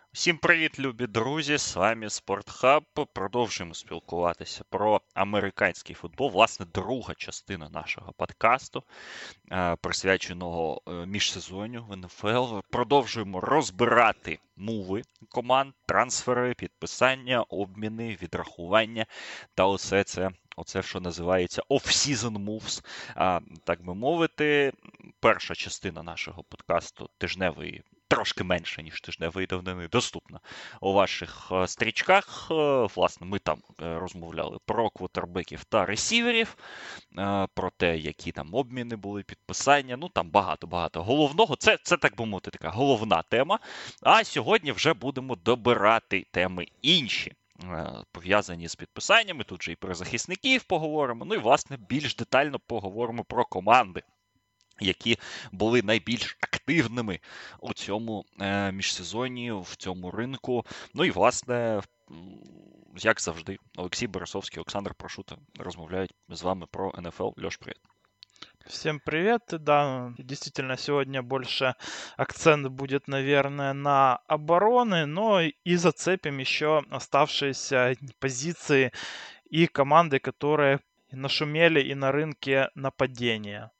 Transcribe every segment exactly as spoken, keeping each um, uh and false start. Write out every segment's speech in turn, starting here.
Всім привіт, любі друзі! З вами Спортхаб. Продовжуємо спілкуватися про американський футбол. Власне, друга частина нашого подкасту, е, присвяченого е, міжсезонню в ен еф ел. Продовжуємо розбирати муви команд, трансфери, підписання, обміни, відрахування та усе це. Оце, що називається off-season moves, а, так би мовити. Перша частина нашого подкасту тижневої, трошки менше, ніж тижневої давнини, доступна у ваших е, стрічках. Е, Власне, ми там е, розмовляли про квотербеків та ресіверів, е, про те, які там обміни були, підписання. Ну там багато-багато головного. Це, це так би мовити, така головна тема. А сьогодні вже будемо добирати теми інші, е, пов'язані з підписаннями. Тут же і про захисників поговоримо. Ну і, власне, більш детально поговоримо про команди, які були найбільш активними у цьому е, міжсезонні, в цьому ринку. Ну і, власне, як завжди, Олексій Борисовський, Олександр Прошута розмовляють з вами про ен еф ел. Льош, привіт. Всем привет. Да, действительно, сегодня больше акцент будет, наверное, на обороны, но и зацепим еще оставшиеся позиции и команды, которые нашумели и на рынке нападения.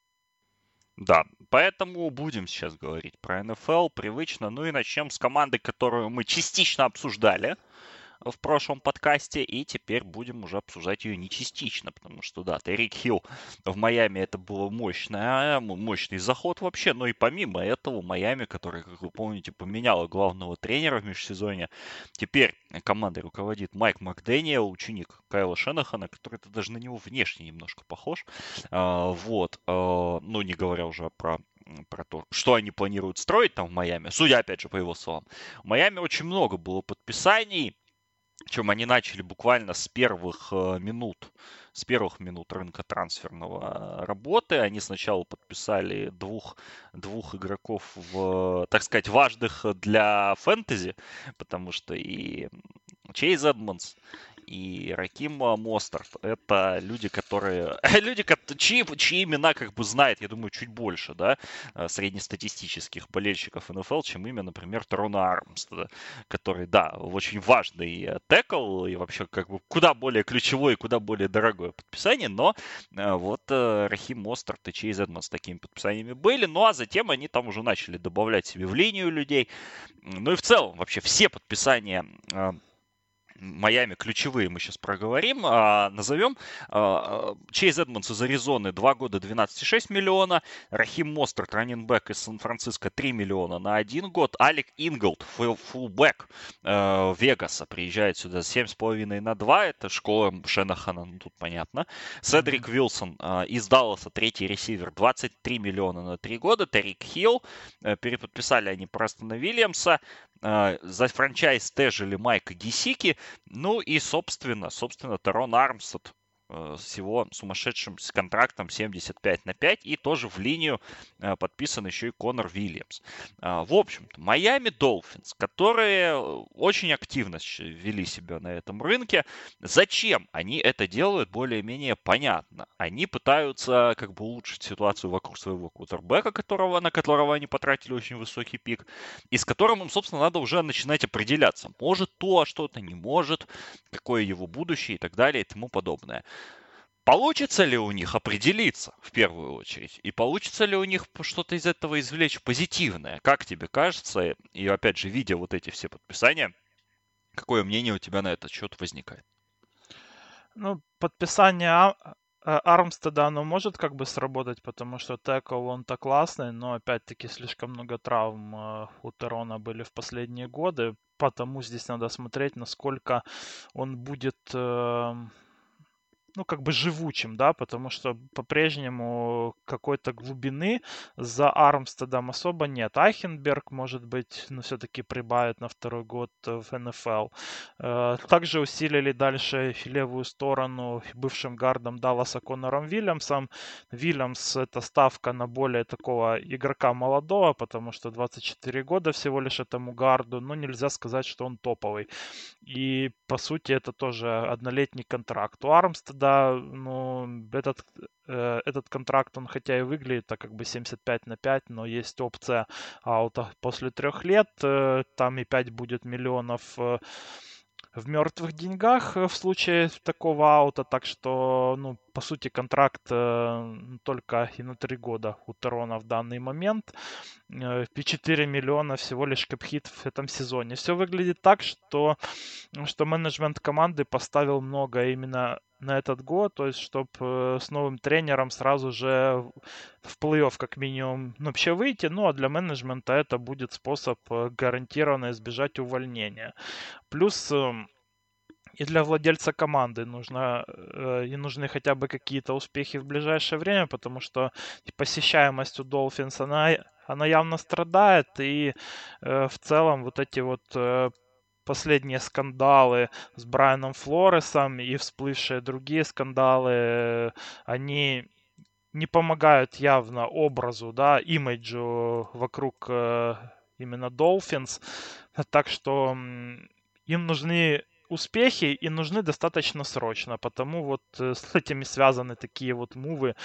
Да, поэтому будем сейчас говорить про эн эф эл привычно. Ну и начнем с команды, которую мы частично обсуждали в прошлом подкасте, и теперь будем уже обсуждать ее не частично, потому что, да, Тайрик Хилл в Майами это был мощный, мощный заход вообще, но и помимо этого Майами, который, как вы помните, поменяла главного тренера в межсезонье, теперь командой руководит Майк Макдэниел, ученик Кайла Шенахана, который -то даже на него внешне немножко похож, а, вот, а, ну, не говоря уже про про то, что они планируют строить там в Майами, судя, опять же, по его словам. В Майами очень много было подписаний, причем они начали буквально с первых э, минут, с первых минут рынка трансферного э, работы. Они сначала подписали двух, двух игроков, в, так сказать, важных для фэнтези, потому что и Чейз Эдмондс, и Раким Мостарт. Это люди, которые... люди, чьи, чьи имена как бы знает, я думаю, чуть больше, да, среднестатистических болельщиков эн эф эл, чем имя, например, Терона Армстеда, который, да, очень важный текл и вообще как бы куда более ключевое и куда более дорогое подписание, но вот Рахим Мостарт и Чейз Эдмондс с такими подписаниями были, ну а затем они там уже начали добавлять себе в линию людей. Ну и в целом вообще все подписания Майами ключевые мы сейчас проговорим. А, назовем. А, Чейз Эдмондс из Аризоны два года двенадцать целых шесть миллиона. Рахим Мостарт, раннинбэк из Сан-Франциско три миллиона на один год. Алек Инголд, фулбэк э, Вегаса, приезжает сюда семь с половиной на два. Это школа Шенахана, ну тут понятно. Седрик Вилсон э, из Далласа, третий ресивер, двадцать три миллиона на три года. Тарик Хилл. Э, переподписали они Престона Вильямса. За франчайз тежили Майка Гесики. Ну и, собственно, собственно, Терон Армстед с его сумасшедшим с контрактом семьдесят пять на пять. И тоже в линию подписан еще и Конор Вильямс. В общем-то, Майами Долфинс, которые очень активно вели себя на этом рынке. Зачем они это делают, более-менее понятно. Они пытаются как бы улучшить ситуацию вокруг своего квотербека, которого, на которого они потратили очень высокий пик, и с которым им, собственно, надо уже начинать определяться. Может то, а что-то не может, какое его будущее и так далее и тому подобное. Получится ли у них определиться в первую очередь? И получится ли у них что-то из этого извлечь позитивное? Как тебе кажется? И опять же, видя вот эти все подписания, какое мнение у тебя на этот счет возникает? Ну, подписание Армстеда, оно может как бы сработать, потому что текл он-то классный, но опять-таки слишком много травм у Терона были в последние годы, потому здесь надо смотреть, насколько он будет... ну, как бы живучим, да, потому что по-прежнему какой-то глубины за Армстедом особо нет. Айхенберг, может быть, но все-таки прибавит на второй год в эн эф эл. Также усилили дальше левую сторону бывшим гардом Далласа Конором Вильямсом. Вильямс — это ставка на более такого игрока молодого, потому что двадцать четыре года всего лишь этому гарду, но нельзя сказать, что он топовый. И, по сути, это тоже однолетний контракт. У Армстеда тогда, ну, этот, э, этот контракт, он хотя и выглядит так как бы семьдесят пять на пять, но есть опция аута после трех лет, э, там и пять будет миллионов э, в мертвых деньгах э, в случае такого аута, так что, ну, по сути, контракт э, только и на три года у Терона в данный момент. Э, и четыре миллиона всего лишь кэп-хит в этом сезоне. Все выглядит так, что, что менеджмент команды поставил много именно на этот год, то есть чтобы с новым тренером сразу же в плей-офф как минимум ну, вообще выйти, ну а для менеджмента это будет способ э, гарантированно избежать увольнения. Плюс эм, и для владельца команды нужно, э, и нужны хотя бы какие-то успехи в ближайшее время, потому что посещаемость у Dolphins, она, она явно страдает, и э, в целом вот эти вот э, последние скандалы с Брайаном Флоресом и всплывшие другие скандалы, э, они не помогают явно образу, да, имиджу вокруг э, именно Dolphins. Так что м, им нужны успехи и нужны достаточно срочно, потому вот э, с этими связаны такие вот мувы,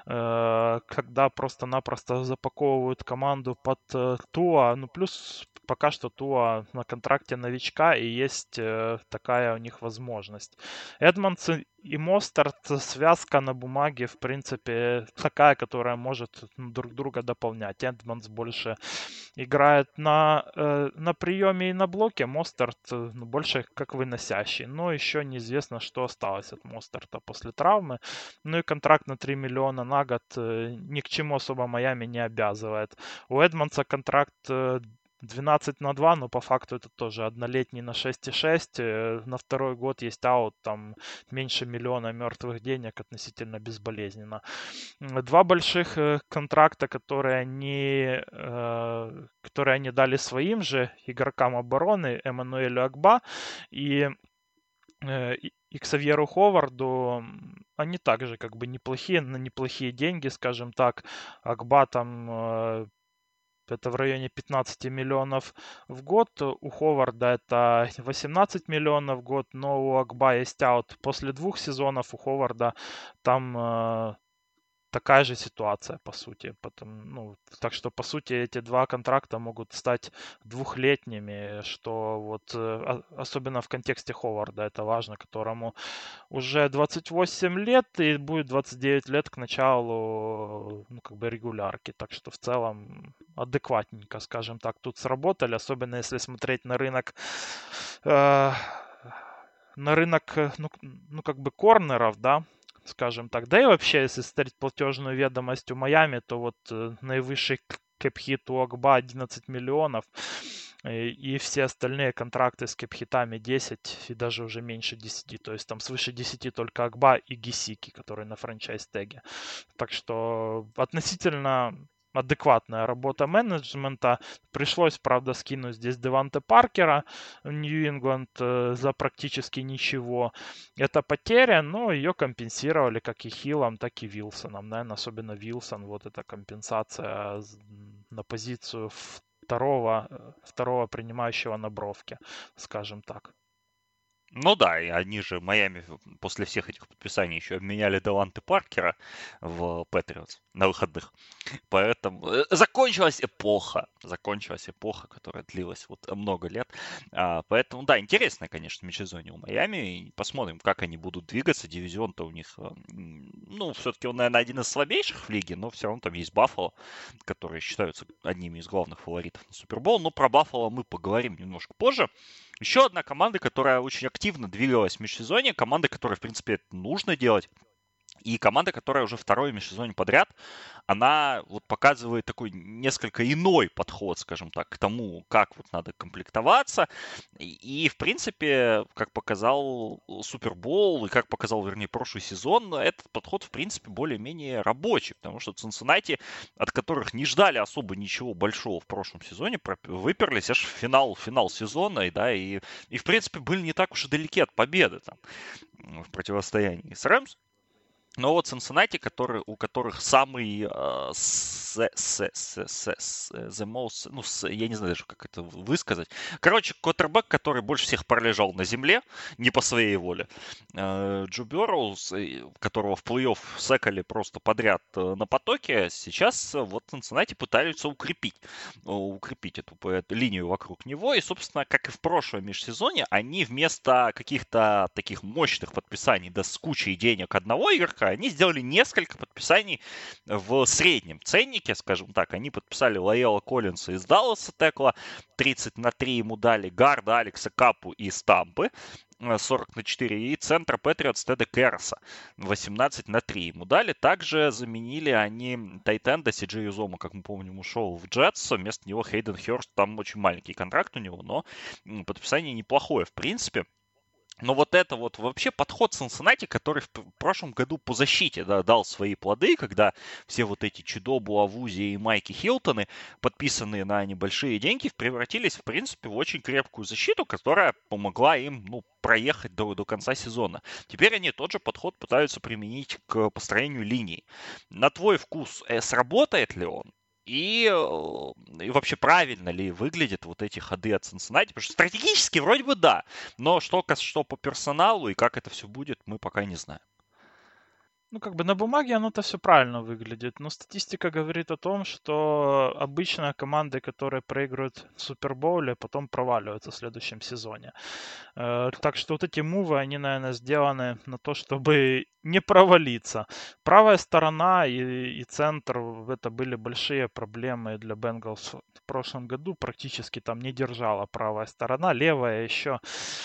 э, когда просто-напросто запаковывают команду под э, Туа, ну плюс пока что Туа на контракте новичка и есть э, такая у них возможность. Эдмонс и Мостарт связка на бумаге, в принципе, такая, которая может ну, друг друга дополнять. Эдмонс больше играет на, э, на приеме и на блоке, Мостарт э, ну, больше как выносящий. Но еще неизвестно, что осталось от Мостарта после травмы. Ну и контракт на три миллиона на год э, ни к чему особо Майами не обязывает. У Эдмонса контракт э, двенадцать на два, но по факту это тоже однолетний на шесть и шесть. Э, На второй год есть аут, там меньше миллиона мертвых денег относительно безболезненно. М, Два больших э, контракта, которые они, э, которые они дали своим же игрокам обороны, Эммануэлю Агба и э, и и Ксавьеру Ховарду, м, они также как бы неплохие, на неплохие деньги, скажем так. Агба там э, это в районе пятнадцать миллионов в год. У Ховарда это восемнадцать миллионов в год, но у Агба есть аут после двух сезонов. У Ховарда там э, такая же ситуация, по сути. Потом, ну, так что, по сути, эти два контракта могут стать двухлетними, что вот, э, а- особенно в контексте Ховарда, это важно, которому уже двадцать восемь лет и будет двадцать девять лет к началу, ну, как бы регулярки. Так что в целом адекватненько, скажем так, тут сработали, особенно если смотреть на рынок, э, на рынок, э, ну, ну, как бы корнеров, да, скажем так. Да и вообще, если смотреть платежную ведомость у Майами, то вот э, наивысший кэп-хит у Агба одиннадцать миллионов, и, и все остальные контракты с кэп-хитами десять и даже уже меньше десяти. То есть там свыше десяти только Агба и Гисики, которые на франчайз-теге. Так что относительно адекватная работа менеджмента. Пришлось, правда, скинуть здесь Деванте Паркера в Нью-Ингланд э, за практически ничего. Это потеря, но ее компенсировали как и Хиллом, так и Вилсоном. Наверное, особенно Вилсон. Вот эта компенсация з- на позицию второго, э, второго принимающего на бровке, скажем так. Ну да, и они же Майами после всех этих подписаний еще обменяли Деванте Паркера в Патриотс на выходных. Поэтому э, закончилась эпоха, закончилась эпоха, которая длилась вот много лет. А, поэтому, да, интересно, конечно, межсезонье у Майами. И посмотрим, как они будут двигаться. Дивизион-то у них, э, м, ну, все-таки он, наверное, один из слабейших в лиге, но все равно там есть Баффало, которые считаются одними из главных фаворитов на Супербол. Но про Баффало мы поговорим немножко позже. Еще одна команда, которая очень активно двигалась в межсезонье, команда, которой, в принципе, это нужно делать, и команда, которая уже второй межсезонье подряд, она вот показывает такой несколько иной подход, скажем так, к тому, как вот надо комплектоваться. И, и, в принципе, как показал Супербол, и как показал, вернее, прошлый сезон, этот подход, в принципе, более-менее рабочий. Потому что Цинциннати, от которых не ждали особо ничего большого в прошлом сезоне, выперлись аж в финал, финал сезона, и, да, и, и, в принципе, были не так уж и далеки от победы там в противостоянии с Рэмс. Но вот Cincinnati, которые, у которых самый uh, с, с, с, с, с, the most, ну, с, я не знаю даже, как это высказать. Короче, квотербек, который больше всех пролежал на земле, не по своей воле. Uh, Джо Берроуз, которого в плей-офф секали просто подряд uh, на потоке, сейчас uh, вот Cincinnati пытаются укрепить, uh, укрепить эту, эту линию вокруг него. И, собственно, как и в прошлом межсезоне, они вместо каких-то таких мощных подписаний, да с кучей денег одного игрока, они сделали несколько подписаний в среднем ценнике, скажем так. Они подписали Лаэла Коллинса из Далласа текла, тридцать на три ему дали гарда Алекса Капу из Тампы, сорок на четыре, и центра Патриотс Теда Керроса, восемнадцать на три ему дали. Также заменили они тайтенда Си Джей Узома, как мы помним, ушел в Джетс, вместо него Хейден Хёрст, там очень маленький контракт у него, но подписание неплохое в принципе. Но вот это вот вообще подход Cincinnati, который в прошлом году по защите, да, дал свои плоды, когда все вот эти Чидобу, Авузи и Майки Хилтоны, подписанные на небольшие деньги, превратились, в принципе, в очень крепкую защиту, которая помогла им, ну, проехать до, до конца сезона. Теперь они тот же подход пытаются применить к построению линий. На твой вкус, э, сработает ли он? И, и вообще правильно ли выглядят вот эти ходы от Cincinnati? Потому что стратегически вроде бы да, но что, что по персоналу и как это все будет, мы пока не знаем. Ну, как бы на бумаге оно-то все правильно выглядит, но статистика говорит о том, что обычно команды, которые проигрывают в Супербоуле, потом проваливаются в следующем сезоне. Э, Так что вот эти мувы, они, наверное, сделаны на то, чтобы не провалиться. Правая сторона и, и центр, это были большие проблемы для Бенгалс в прошлом году. Практически там не держала правая сторона. Левая еще,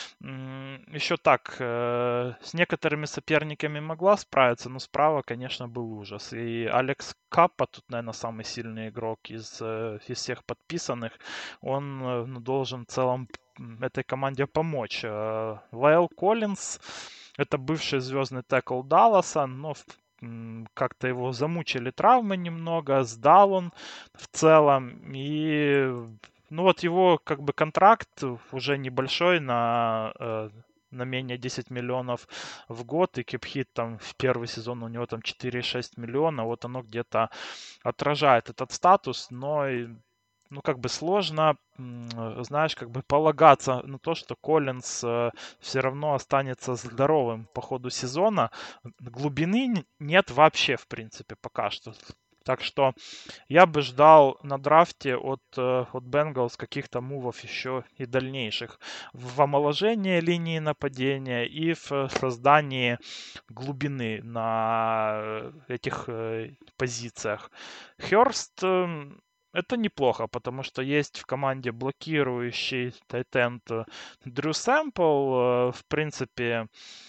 еще так, э, с некоторыми соперниками могла справиться, но справа, конечно, был ужас. И Алекс Каппа, тут, наверное, самый сильный игрок из, э, из всех подписанных, он э, ну, должен в целом этой команде помочь. Э, Лаэл Коллинс, это бывший звездный текл Далласа, но как-то его замучили травмы немного, сдал он в целом. И ну вот его как бы контракт уже небольшой на, на менее десять миллионов в год, и кипхит там в первый сезон у него там четыре и шесть миллиона, вот оно где-то отражает этот статус, но ну, как бы сложно, знаешь, как бы полагаться на то, что Коллинс э, все равно останется здоровым по ходу сезона. Глубины нет вообще, в принципе, пока что. Так что я бы ждал на драфте от, от Бенгалс каких-то мувов еще и дальнейших. В омоложении линии нападения и в создании глубины на этих позициях. Хёрст это неплохо, потому что есть в команде блокирующий тайтенд Дрю Сэмпл. В принципе,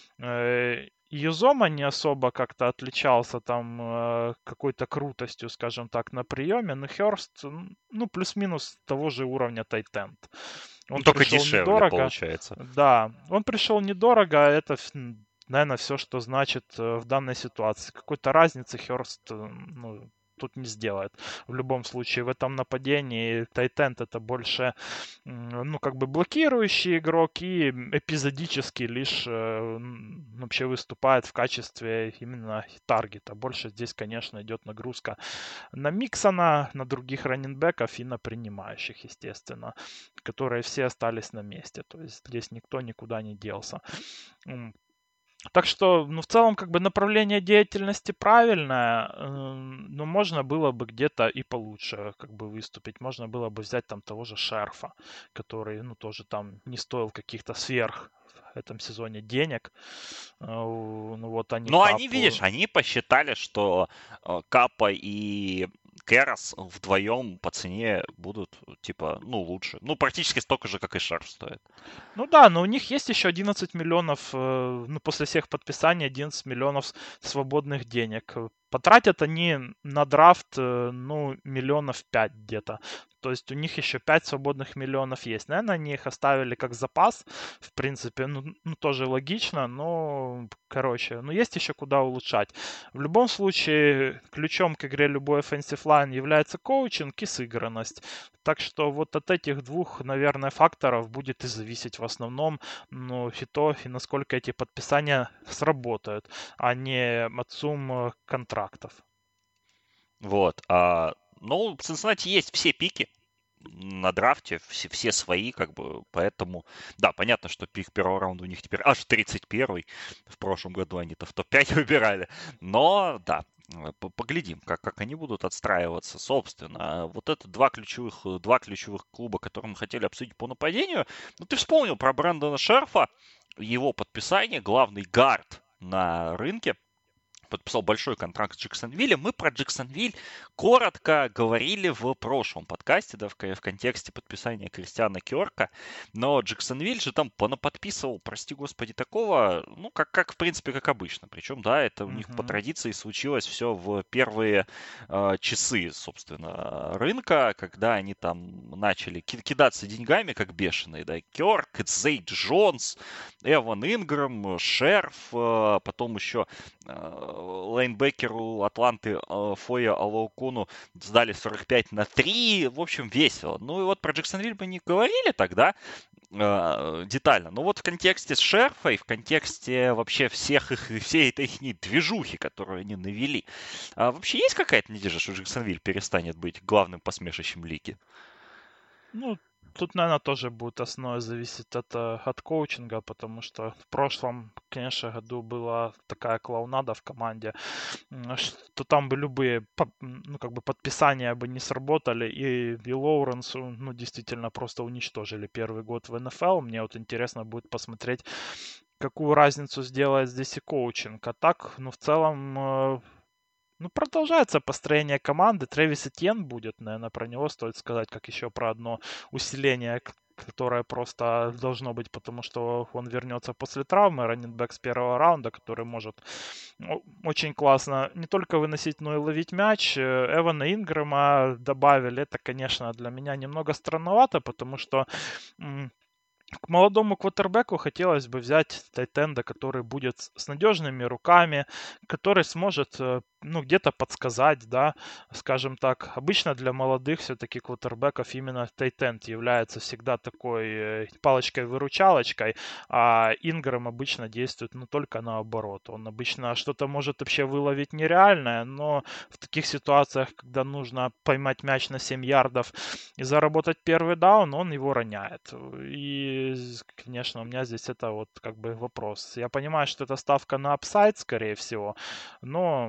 Юзома не особо как-то отличался там какой-то крутостью, скажем так, на приеме, но Хёрст, ну, плюс-минус того же уровня тайтенд. Он ну, только дешевле, недорого. Получается. Да, он пришел недорого, это, наверное, все, что значит в данной ситуации. Какой-то разницы Хёрст, ну, тут не сделает. В любом случае, в этом нападении тайтенд это больше, ну, как бы блокирующий игрок и эпизодически лишь э, вообще выступает в качестве именно таргета. Больше здесь, конечно, идет нагрузка на Миксона, на других раннинбеков и на принимающих, естественно, которые все остались на месте. То есть здесь никто никуда не делся. Так что, ну, в целом, как бы направление деятельности правильное, э, но можно было бы где-то и получше, как бы, выступить. Можно было бы взять там того же Шерфа, который, ну, тоже там не стоил каких-то сверх в этом сезоне денег. Э, ну, вот они... Ну, они, видишь, они посчитали, что э, Капа и Керрос вдвоем по цене будут, типа, ну, лучше. Ну, практически столько же, как и Шерф стоит. Ну да, но у них есть еще одиннадцать миллионов, ну, после всех подписаний одиннадцать миллионов свободных денег. потратят они на драфт, ну, миллионов пять где-то. То есть у них еще пять свободных миллионов есть. Наверное, они их оставили как запас, в принципе, ну, ну тоже логично, но, короче, ну есть еще куда улучшать. В любом случае, ключом к игре любой offensive line является коучинг и сыгранность. Так что вот от этих двух, наверное, факторов будет и зависеть в основном, ну, и то, и насколько эти подписания сработают, а не от сумм контрактов. Вот. А, ну, в Cincinnati есть все пики на драфте, все, все свои, как бы, поэтому, да, понятно, что пик первого раунда у них теперь аж тридцать первый, в прошлом году они-то в топ пять выбирали, но, да, поглядим, как, как они будут отстраиваться, собственно. Вот это два ключевых, два ключевых клуба, которые мы хотели обсудить по нападению. Ну, ты вспомнил про Брэндона Шерфа, его подписание, главный гард на рынке, подписал большой контракт с Джексонвиллем. Мы про Джексонвиль коротко говорили в прошлом подкасте, да, в, в контексте подписания Кристиана Кёрка. Но Джексонвиль же там понаподписывал, прости господи, такого, ну, как, как в принципе, как обычно. Причем, да, это у них Мгм. по традиции случилось все в первые э, часы, собственно, рынка, когда они там начали ки- кидаться деньгами, как бешеные, да. Кёрк, Зей Джонс, Эван Ингрэм, Шерф, э, потом еще лейнбекеру Атланты Фоя Алоукуну сдали сорок пять на три. В общем, весело. Ну и вот про Джексонвиль мы не говорили тогда э, детально. Но вот в контексте с Шерфой, в контексте вообще всех их, всей этой их движухи, которую они навели, а вообще есть какая-то надежда, что Джексонвиль перестанет быть главным посмешищем лиги? Ну, тут, наверное, тоже будет основное зависеть от, э, от коучинга, потому что в прошлом, конечно, году была такая клоунада в команде, м, что там бы любые, по- м, ну, как бы подписания бы не сработали, и, и Лоуренсу, ну, действительно просто уничтожили первый год в эн эф эл. Мне вот интересно будет посмотреть, какую разницу сделает здесь и коучинг. А так, ну, в целом, э, ну, продолжается построение команды. Трэвис Этьен будет, наверное, про него стоит сказать, как еще про одно усиление, к- которое просто должно быть, потому что он вернется после травмы, раннинбэк с первого раунда, который может о- очень классно не только выносить, но и ловить мяч. Э, Эвана Ингрэма добавили. Это, конечно, для меня немного странновато, потому что м, к молодому квотербеку хотелось бы взять тайтенда, который будет с с надежными руками, который сможет, э, ну, где-то подсказать, да, скажем так. Обычно для молодых все-таки квотербеков именно тайтенд является всегда такой э, палочкой-выручалочкой, а Ингрэм обычно действует, ну, только наоборот. Он обычно что-то может вообще выловить нереальное, но в таких ситуациях, когда нужно поймать мяч на семь ярдов и заработать первый даун, он его роняет. И, конечно, у меня здесь это вот как бы вопрос. Я понимаю, что это ставка на апсайд, скорее всего, но,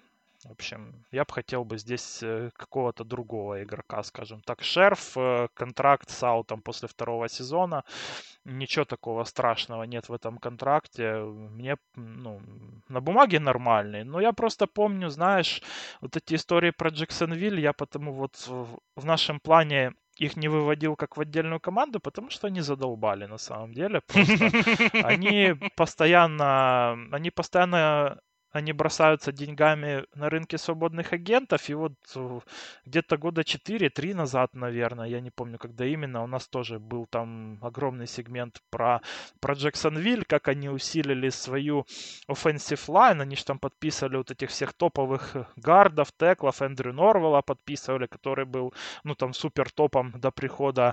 в общем, я бы хотел бы здесь э, какого-то другого игрока, скажем так. Шерф, э, контракт с аутом после второго сезона. Ничего такого страшного нет в этом контракте. Мне, ну, на бумаге нормальный. Но я просто помню, знаешь, вот эти истории про Джексонвиль, я потому вот в, в нашем плане их не выводил как в отдельную команду, потому что они задолбали на самом деле. Просто они постоянно, они постоянно они бросаются деньгами на рынке свободных агентов, и вот э, где-то года четыре-три назад, наверное, я не помню, когда именно, у нас тоже был там огромный сегмент про, про Джексонвиль, как они усилили свою offensive line, они же там подписывали вот этих всех топовых гардов, теклов, Эндрю Норвелла подписывали, который был, ну, там, супер топом до прихода,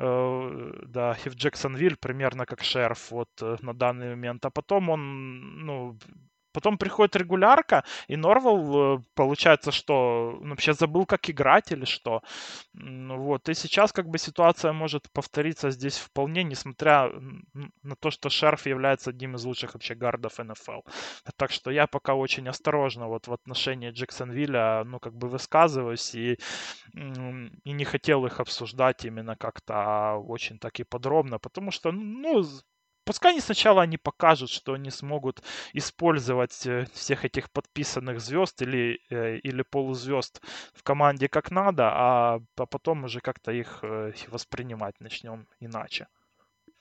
э, да, и в Джексонвиль, примерно как Шерф вот э, на данный момент, а потом он, ну, Потом приходит регулярка, и Норвелл, э, получается, что он вообще забыл, как играть или что. М, Вот. И сейчас как бы ситуация может повториться здесь вполне, несмотря м, на то, что Шерф является одним из лучших вообще гардов эн эф эл. Так что я пока очень осторожно вот в отношении Джексонвилля, ну, как бы высказываюсь и, м, и не хотел их обсуждать именно как-то а очень так и подробно, потому что, ну, з- пускай они сначала они покажут, что они смогут использовать э, всех этих подписанных звезд или, э, или полузвезд в команде как надо, а, а потом уже как-то их э, воспринимать начнем иначе.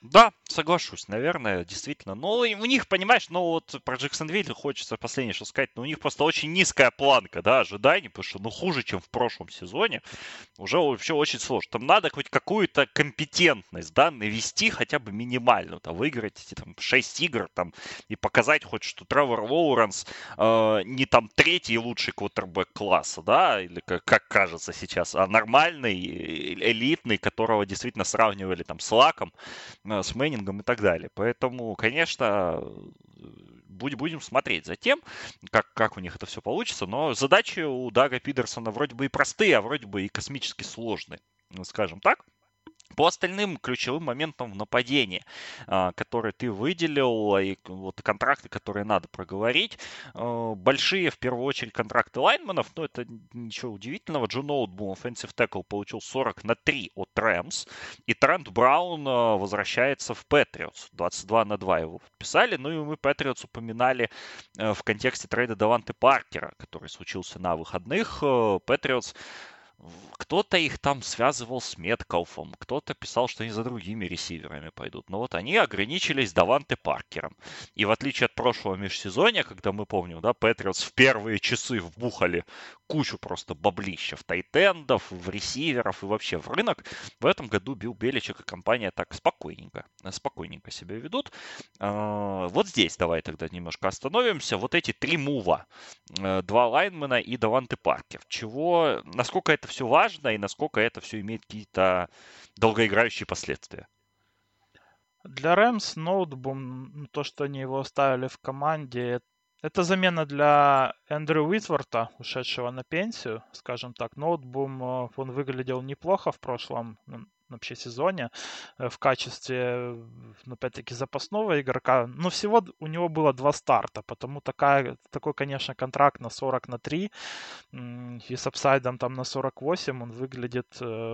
Да, соглашусь, наверное, действительно. Но и у них, понимаешь, ну вот про Джексонвилл хочется последнее что сказать, но у них просто очень низкая планка, да, ожиданий, потому что, ну, хуже, чем в прошлом сезоне, уже вообще очень сложно. Там надо хоть какую-то компетентность, да, навести хотя бы минимальную, там, выиграть эти там шесть игр, там, и показать хоть, что Тревор Лоуренс э, не там третий лучший квотербек класса, да, или как, как кажется сейчас, а нормальный, э, элитный, которого действительно сравнивали там с Лаком, э, с Мэннингом и так далее. Поэтому, конечно, будем, будем смотреть за тем, как, как у них это все получится. Но задачи у Дага Пидерсона вроде бы и простые, а вроде бы и космически сложные, ну, скажем так. По остальным ключевым моментам в нападении, а, которые ты выделил, и вот контракты, которые надо проговорить, а, большие, в первую очередь, контракты лайнменов, но это ничего удивительного. Джо Ноутбум, offensive tackle, получил сорок на три от Рэмс, и Трент Браун а, возвращается в Патриотс, двадцать два на два его подписали, ну и мы Патриотс упоминали а, в контексте трейда Даванте Паркера, который случился на выходных. Патриотс кто-то их там связывал с Меткалфом, кто-то писал, что они за другими ресиверами пойдут. Но вот они ограничились Даванте Паркером. И в отличие от прошлого межсезонья, когда мы помним, да, Патриотс в первые часы вбухали кучу просто баблища в тайтендов, в ресиверов и вообще в рынок, в этом году Билл Беличек и компания так спокойненько, спокойненько себя ведут. Вот здесь давай тогда немножко остановимся. Вот эти три мува. Два лайнмена и Даванте Паркер. Чего, насколько это все важно и насколько это все имеет какие-то долгоиграющие последствия? Для Рэмс Ноутбум, то, что они его оставили в команде, это замена для Эндрю Уитворта, ушедшего на пенсию, скажем так. Ноутбум, он выглядел неплохо в прошлом вообще сезоне в качестве, опять-таки, запасного игрока. Но всего у него было два старта, потому такая, такой, конечно, контракт на сорок на три и с апсайдом там на сорок восемь, он выглядит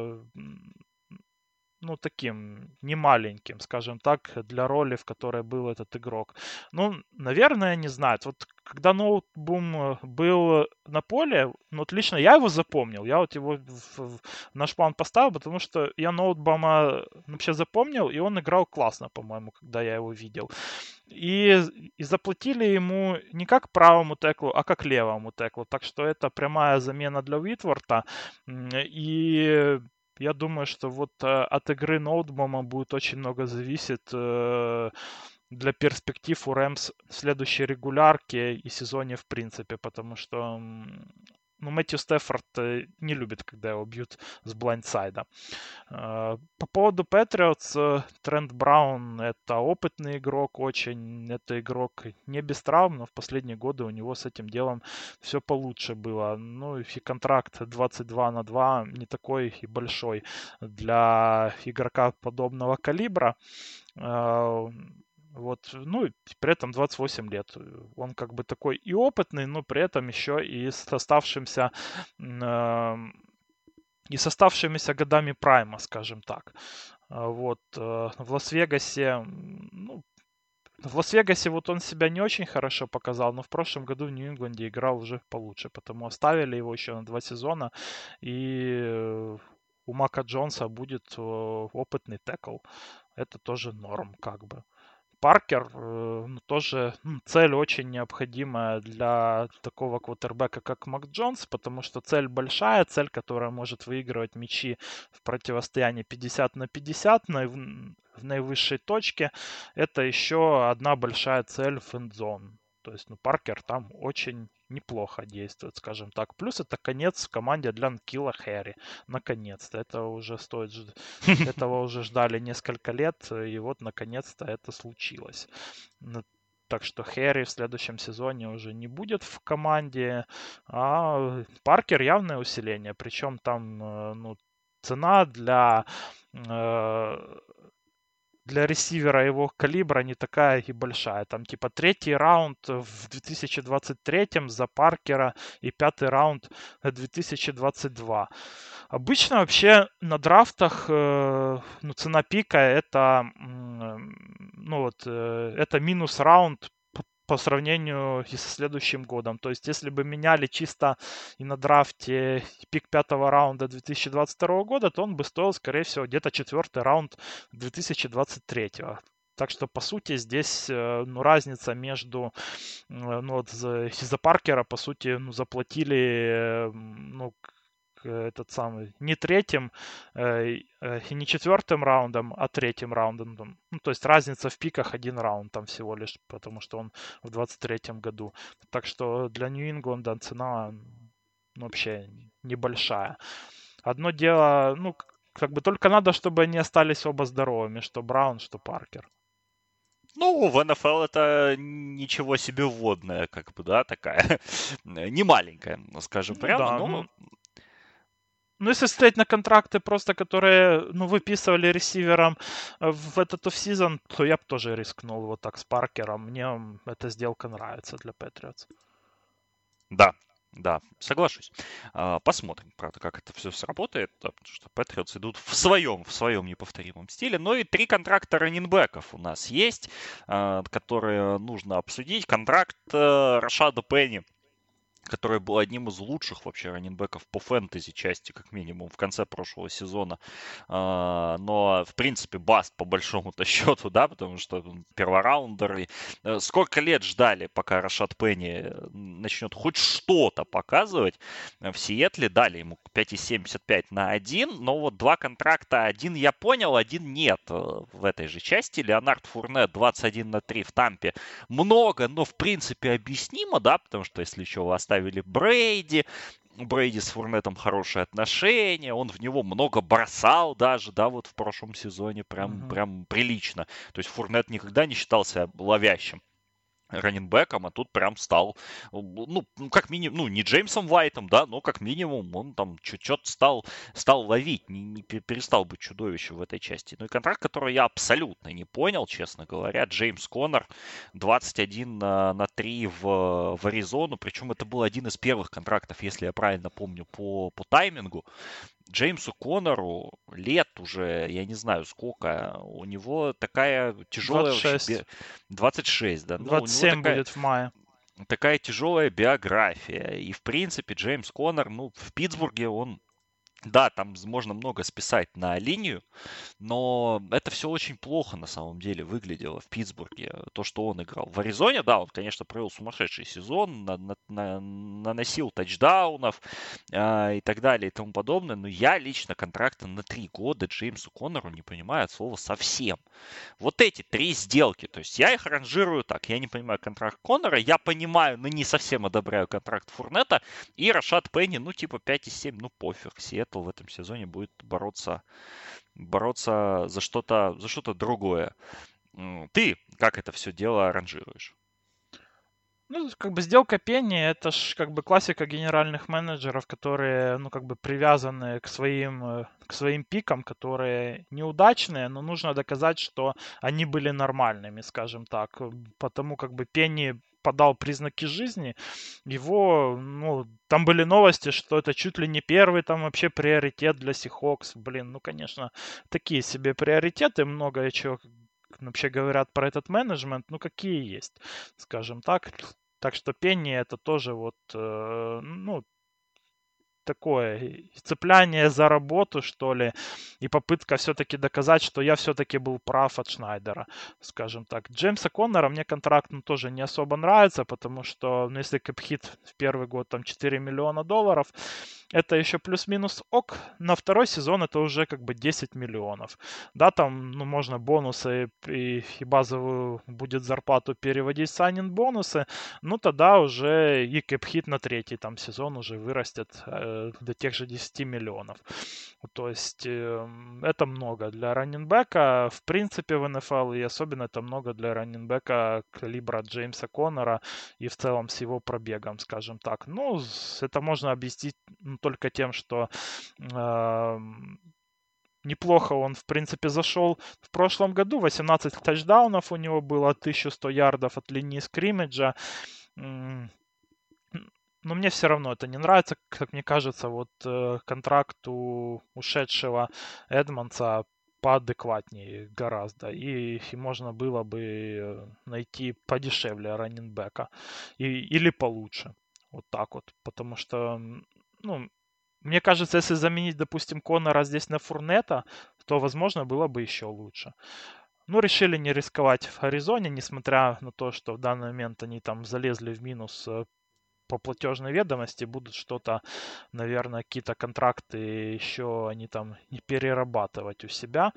ну, таким немаленьким, скажем так, для роли, в которой был этот игрок. Ну, наверное, не знаю. Вот когда Ноутбум был на поле, ну, вот лично я его запомнил. Я вот его в, в наш план поставил, потому что я Ноутбума вообще запомнил, и он играл классно, по-моему, когда я его видел. И, и заплатили ему не как правому теклу, а как левому теклу. Так что это прямая замена для Уитворта. И я думаю, что вот э, от игры Ноутбума будет очень много зависеть э, для перспектив у Рэмс в следующей регулярке и сезоне в принципе, потому что ну, Мэтью Стефорд не любит, когда его бьют с блайндсайда. По поводу Патриотс, Трент Браун — это опытный игрок очень, это игрок не без травм, но в последние годы у него с этим делом все получше было. Ну и контракт двадцать два на два не такой и большой для игрока подобного калибра. Вот, ну, и при этом двадцать восемь лет. Он как бы такой и опытный, но при этом еще и с оставшимся э, и с оставшимися годами прайма, скажем так. Вот, э, в Лас-Вегасе, ну, в Лас-Вегасе вот он себя не очень хорошо показал, но в прошлом году в Нью-Ингланде играл уже получше, потому оставили его еще на два сезона, и у Мака Джонса будет опытный текл. Это тоже норм, как бы. Паркер ну, тоже ну, цель очень необходимая для такого квотербека, как Мак Джонс, потому что цель большая, цель, которая может выигрывать мячи в противостоянии пятьдесят на пятьдесят на, в наивысшей точке. Это еще одна большая цель в эндзон. То есть, ну, Паркер там очень неплохо действует, скажем так. Плюс это конец в команде для Нкила Хэри. Наконец-то. Это уже стоит... Этого уже ждали несколько лет, и вот наконец-то это случилось. Так что Хэри в следующем сезоне уже не будет в команде, а Паркер явное усиление. Причем там ну, цена для для ресивера его калибра не такая и большая. Там типа третий раунд в две тысячи двадцать третьем за Паркера и пятый раунд в две тысячи двадцать два. Обычно вообще на драфтах э, ну, цена пика это, ну, вот, э, это минус раунд по сравнению и со следующим годом. То есть, если бы меняли чисто и на драфте пик пятого раунда две тысячи двадцать второго года, то он бы стоил, скорее всего, где-то четвертый раунд две тысячи двадцать третьего. Так что, по сути, здесь ну, разница между... Ну, вот за, за Паркера, по сути, ну, заплатили ну, этот самый, не третьим э, э, и не четвертым раундом, а третьим раундом. Ну, то есть разница в пиках один раунд там всего лишь, потому что он в двадцать третьем году. Так что для Нью-Ингланда цена ну, вообще небольшая. Одно дело, ну, как бы только надо, чтобы они остались оба здоровыми, что Браун, что Паркер. Ну, в эн эф эл это ничего себе вводная, как бы, да, такая, не маленькая, скажем Ну прямо, да, но... Ну, если смотреть на контракты просто, которые, ну, выписывали ресиверам в этот оффсизон, то я бы тоже рискнул вот так с Паркером. Мне эта сделка нравится для Патриотс. Да, да, соглашусь. Посмотрим, правда, как это все сработает, потому что Патриотс идут в своем, в своем неповторимом стиле. Ну и три контракта раннинбеков у нас есть, которые нужно обсудить. Контракт Рашада Пенни, который был одним из лучших вообще раннинбеков по фэнтези части, как минимум, в конце прошлого сезона. Но, в принципе, баст по большому-то счету, да, потому что первораундер. И сколько лет ждали, пока Рашад Пенни начнет хоть что-то показывать. В Сиэтле дали ему пять целых семьдесят пять на один, но вот два контракта, один я понял, один нет в этой же части. Леонард Фурнет двадцать один на три в Тампе. Много, но в принципе объяснимо, да, потому что если еще вы оставили Брейди, у Брейди с Фурнетом хорошие отношения, он в него много бросал даже, да, вот в прошлом сезоне прям, Угу. прям прилично. То есть Фурнет никогда не считался ловящим раннинбеком, а тут прям стал, ну, как минимум, ну, не Джеймсом Уайтом, да, но как минимум он там что-то стал, стал ловить, не, не перестал быть чудовищем в этой части. Ну и контракт, который я абсолютно не понял, честно говоря, Джеймс Коннор, двадцать один на, на три в, в Аризону, причем это был один из первых контрактов, если я правильно помню, по, по таймингу. Джеймсу Коннору лет уже, я не знаю сколько, у него такая тяжелая вообще... двадцать шесть. двадцать шесть, да. Ну, у двадцать него семь такая, будет в мае. такая тяжелая биография. И, в принципе, Джеймс Коннор, ну, в Питтсбурге он... Да, там можно много списать на линию, но это все очень плохо на самом деле выглядело в Питтсбурге. То, что он играл. В Аризоне, да, он, конечно, провел сумасшедший сезон, на, на, на, наносил тачдаунов э, и так далее и тому подобное. Но я лично контракта на три года Джеймсу Коннору не понимаю от слова совсем. Вот эти три сделки, то есть я их ранжирую так. Я не понимаю контракт Коннора, я понимаю, но не совсем одобряю контракт Фурнета. И Рашад Пенни, ну типа пять и семь, ну пофиг. Сиэтл в этом сезоне будет бороться, бороться за что-то, за что-то другое. Ты как это все дело ранжируешь? Ну, как бы сделка Пенни, это ж как бы классика генеральных менеджеров, которые, ну, как бы привязаны к своим, э, к своим пикам, которые неудачные, но нужно доказать, что они были нормальными, скажем так. Потому как бы Пенни подал признаки жизни, его, ну, там были новости, что это чуть ли не первый там вообще приоритет для Сихокс. Блин, ну, конечно, такие себе приоритеты, много чего вообще говорят про этот менеджмент, ну, какие есть, скажем так. Так что Пенни это тоже вот, э, ну, такое цепляние за работу, что ли, и попытка все-таки доказать, что я все-таки был прав от Шнайдера, скажем так. Джеймса Коннора мне контракт ну, тоже не особо нравится, потому что, ну, если кэпхит в первый год там четыре миллиона долларов, это еще плюс-минус ок. На второй сезон это уже как бы десять миллионов. Да, там, ну, можно бонусы и, и базовую будет зарплату переводить в сайнинг бонусы, ну, тогда уже и кэпхит на третий там сезон уже вырастет э, до тех же десяти миллионов. То есть э, это много для раннинбека, в принципе, в эн эф эл, и особенно это много для раннинбека калибра Джеймса Коннора и в целом с его пробегом, скажем так. Ну, это можно объяснить только тем, что э, неплохо он, в принципе, зашел в прошлом году. восемнадцать тачдаунов у него было, тысяча сто ярдов от линии скриммиджа. Но мне все равно это не нравится. Как мне кажется, вот э, контракт у ушедшего Эдмонса поадекватнее гораздо. И, и можно было бы найти подешевле раннинбека. И, или получше. Вот так вот. Потому что, ну, мне кажется, если заменить, допустим, Коннора здесь на Фурнета, то, возможно, было бы еще лучше. Ну, решили не рисковать в Аризоне, несмотря на то, что в данный момент они там залезли в минус по платежной ведомости, будут что-то, наверное, какие-то контракты еще они там не перерабатывать у себя.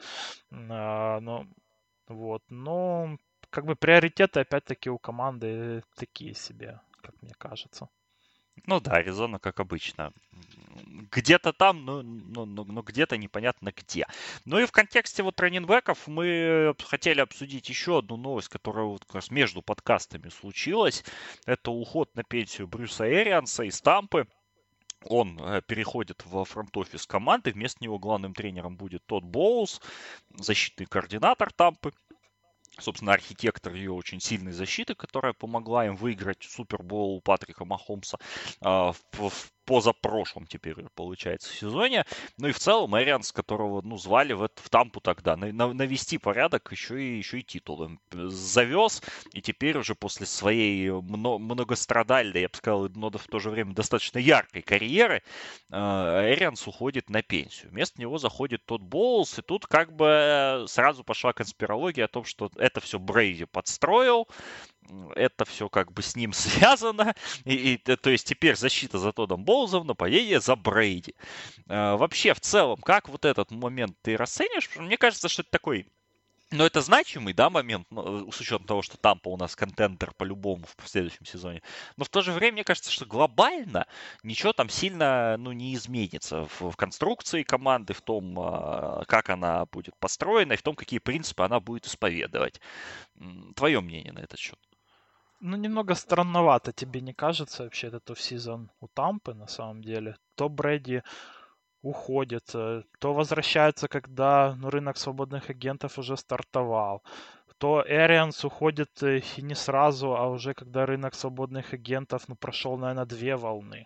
А, но, вот, но как бы приоритеты опять-таки у команды такие себе, как мне кажется. Ну да, Аризона, как обычно. Где-то там, но, но, но, но где-то непонятно где. Ну и в контексте вот раннинбеков мы хотели обсудить еще одну новость, которая вот как раз между подкастами случилась. Это уход на пенсию Брюса Эрианса из Тампы. Он э, переходит во фронт-офис команды. Вместо него главным тренером будет Тодд Боулс, защитный координатор Тампы. Собственно, архитектор ее очень сильной защиты, которая помогла им выиграть Супербоул у Патрика Махомса э, в, в позапрошлом теперь, получается, сезоне. Ну и в целом Эрианс, которого, ну, звали в, в Тампу тогда, на, на, навести порядок, еще и, еще и титул им завез. И теперь уже после своей мно, многострадальной, я бы сказал, но в то же время достаточно яркой карьеры, э, Эрианс уходит на пенсию. Вместо него заходит Тодд Боулс, и тут как бы сразу пошла конспирология о том, что это все Брейди подстроил, это все как бы с ним связано. И, и, то есть теперь защита за Тоддом Боулзом, нападение за Брейди. Э, вообще, в целом, как вот этот момент ты расценишь? Мне кажется, что это такой... Но это значимый, да, момент, ну, с учетом того, что Тампа у нас контендер по-любому в следующем сезоне. Но в то же время, мне кажется, что глобально ничего там сильно, ну, не изменится в, в конструкции команды, в том, как она будет построена и в том, какие принципы она будет исповедовать. Твое мнение на этот счет? Ну, немного странновато, тебе не кажется вообще этот оффсезон у Тампы на самом деле? То Брэди уходит, то возвращается, когда, ну, рынок свободных агентов уже стартовал. То Эрианс уходит и не сразу, а уже когда рынок свободных агентов, ну, прошел, наверное, две волны.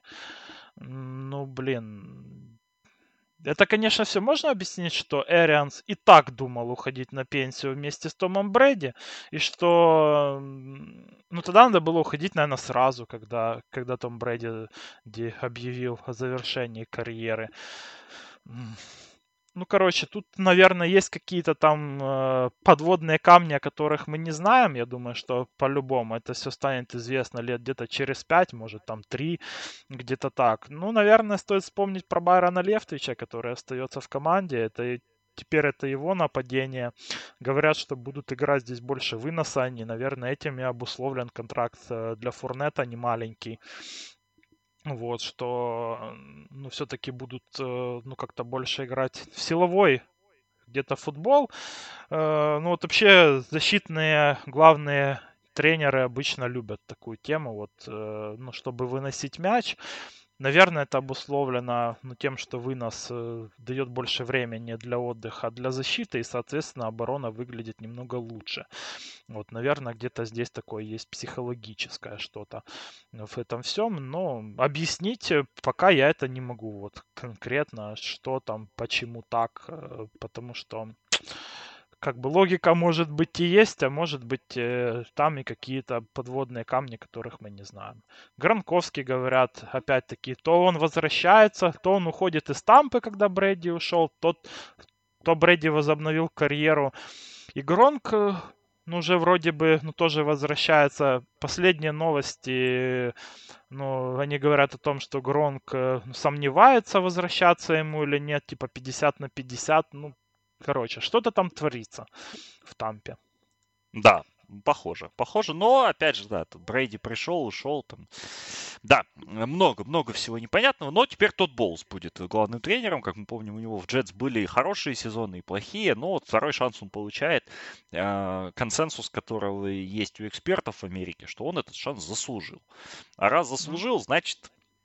Ну, блин, это, конечно, все можно объяснить, что Эрианс и так думал уходить на пенсию вместе с Томом Брэди, и что, ну, тогда надо было уходить, наверное, сразу, когда, когда Том Брэди объявил о завершении карьеры. Ну, короче, тут, наверное, есть какие-то там э, подводные камни, о которых мы не знаем. Я думаю, что по-любому это все станет известно лет где-то через пять, может, там три, где-то так. Ну, наверное, стоит вспомнить про Байрона Левтовича, который остается в команде. Это теперь это его нападение. Говорят, что будут играть здесь больше выноса. И, наверное, этим и обусловлен контракт для Фурнета, не маленький. Вот, что, ну, все-таки будут, ну, как-то больше играть в силовой где-то футбол. Ну, вот вообще защитные главные тренеры обычно любят такую тему, вот, ну, чтобы выносить мяч. Наверное, это обусловлено, ну, тем, что вынос э, дает больше времени для отдыха, для защиты, и, соответственно, оборона выглядит немного лучше. Вот, наверное, где-то здесь такое есть психологическое что-то в этом всем, но объяснить пока я это не могу вот конкретно, что там, почему так, потому что как бы логика может быть и есть, а может быть э, там и какие-то подводные камни, которых мы не знаем. Гранковский, говорят, опять-таки, то он возвращается, то он уходит из Тампы, когда Брэди ушел, то, то Брэди возобновил карьеру. И Гронк, ну, уже вроде бы, ну, тоже возвращается. Последние новости, ну, они говорят о том, что Гронк ну, сомневается, возвращаться ему или нет, типа пятьдесят на пятьдесят, ну, короче, что-то там творится в Тампе. Да, похоже, похоже, но, опять же, да, тут Брейди пришел, ушел, там, да, много-много всего непонятного, но теперь Тодд Боулс будет главным тренером, как мы помним, у него в Джетс были и хорошие сезоны, и плохие, но вот второй шанс он получает, э, консенсус которого есть у экспертов в Америке, что он этот шанс заслужил, а раз заслужил, значит,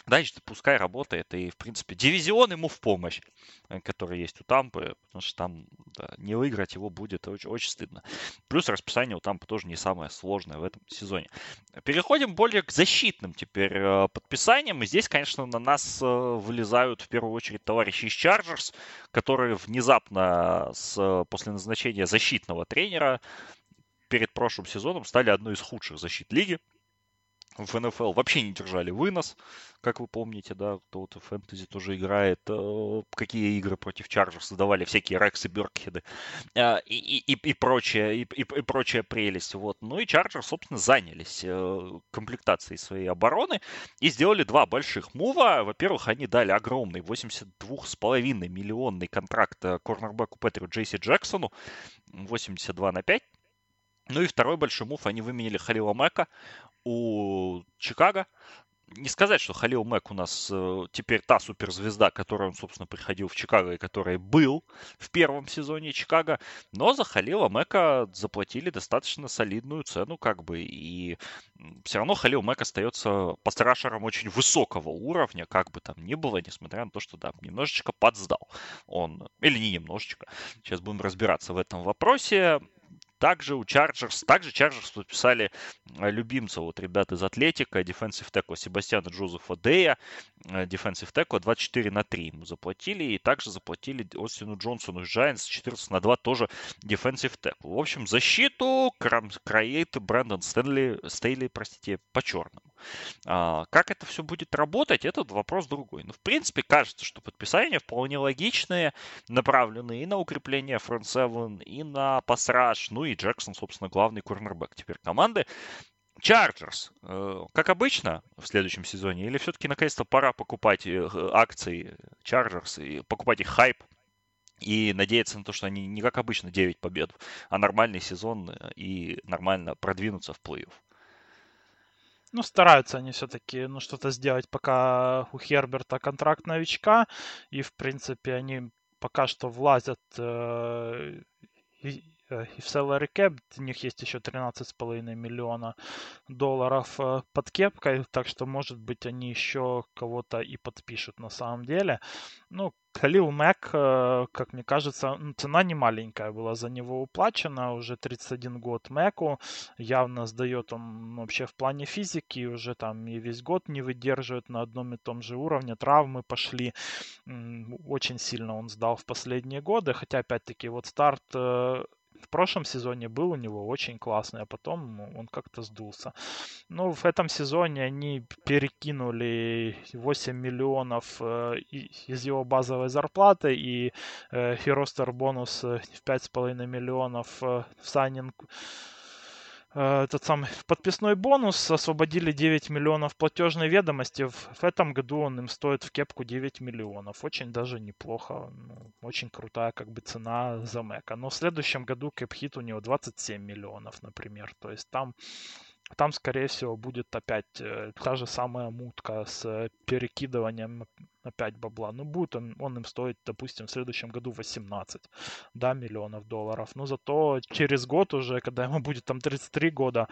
Дальше пускай работает, и, в принципе, дивизион ему в помощь, э, который есть у Тампы, потому что там да, не выиграть его будет очень, очень стыдно. Плюс расписание у Тампы тоже не самое сложное в этом сезоне. Переходим более к защитным теперь э, подписаниям. И здесь, конечно, на нас э, вылезают в первую очередь товарищи из Чарджерс, которые внезапно с, после назначения защитного тренера перед прошлым сезоном стали одной из худших защит лиги. В эн эф эл вообще не держали вынос, как вы помните, да, кто вот в фэнтези тоже играет, э, какие игры против Чарджерс создавали всякие Рексы, Бёркхеды э, и, и, и, и прочее, и, и, и прочая прелесть. Вот. Ну и Чарджерс, собственно, занялись э, комплектацией своей обороны и сделали два больших мува. Во-первых, они дали огромный восемьдесят два с половиной миллионный контракт корнербеку Петру Джейси Джексону, восемьдесят два на пять. Ну и второй большой мув, они выменили Халила Мэка у Чикаго. Не сказать, что Халил Мэк у нас э, теперь та суперзвезда, которой он, собственно, приходил в Чикаго и который был в первом сезоне Чикаго, но за Халила Мэка заплатили достаточно солидную цену, как бы, и все равно Халил Мэк остается пастрашером очень высокого уровня, как бы там ни было, несмотря на то, что, да, немножечко подсдал он, или не немножечко. Сейчас будем разбираться в этом вопросе. Также у Chargers, также Chargers подписали любимца вот ребят из Атлетика, дефенсив теко Себастьяна Джозефа Дея, дефенсив теко двадцать четыре на три ему заплатили, и также заплатили Остину Джонсону из Giants четырнадцать на два тоже дефенсив теко. В общем, защиту кроит Брэндон Стэнли, Стейли, простите, по-черному. А, как это все будет работать, это вопрос другой. Но, в принципе, кажется, что подписания вполне логичные, направленные и на укрепление фронт севен, и на пасраж, ну и Джексон, собственно, главный корнербэк теперь команды. Chargers, э, как обычно в следующем сезоне, или все-таки наконец-то пора покупать э, акции Chargers и покупать их хайп и надеяться на то, что они не как обычно девять побед, а нормальный сезон и нормально продвинуться в плей-офф? Ну, стараются они все-таки, ну, что-то сделать, пока у Херберта контракт новичка, и, в принципе, они пока что влазят э, и, и в salary cap, у них есть еще тринадцать с половиной миллиона долларов э, под кепкой, так что, может быть, они еще кого-то и подпишут на самом деле. Ну, Халил Мэк, э, как мне кажется, цена не маленькая была за него уплачена, уже тридцать один год Мэку, явно сдает он вообще в плане физики, уже там и весь год не выдерживает на одном и том же уровне, травмы пошли, очень сильно он сдал в последние годы, хотя опять-таки вот старт э, в прошлом сезоне был у него очень классный, а потом он как-то сдулся. Ну, в этом сезоне они перекинули восемь миллионов э, из его базовой зарплаты и э, ростер бонус в пять с половиной миллионов э, в сайнинг. Этот самый подписной бонус, освободили девять миллионов платежной ведомости. В, в этом году он им стоит в кепку девять миллионов. Очень даже неплохо. Ну, очень крутая как бы цена за Мэка. Но в следующем году кэп-хит у него двадцать семь миллионов, например. То есть там Там, скорее всего, будет опять э, та же самая мутка с э, перекидыванием опять бабла. Ну, будет он, он им стоить, допустим, в следующем году восемнадцать, да, миллионов долларов. Но зато через год уже, когда ему будет там тридцать три года,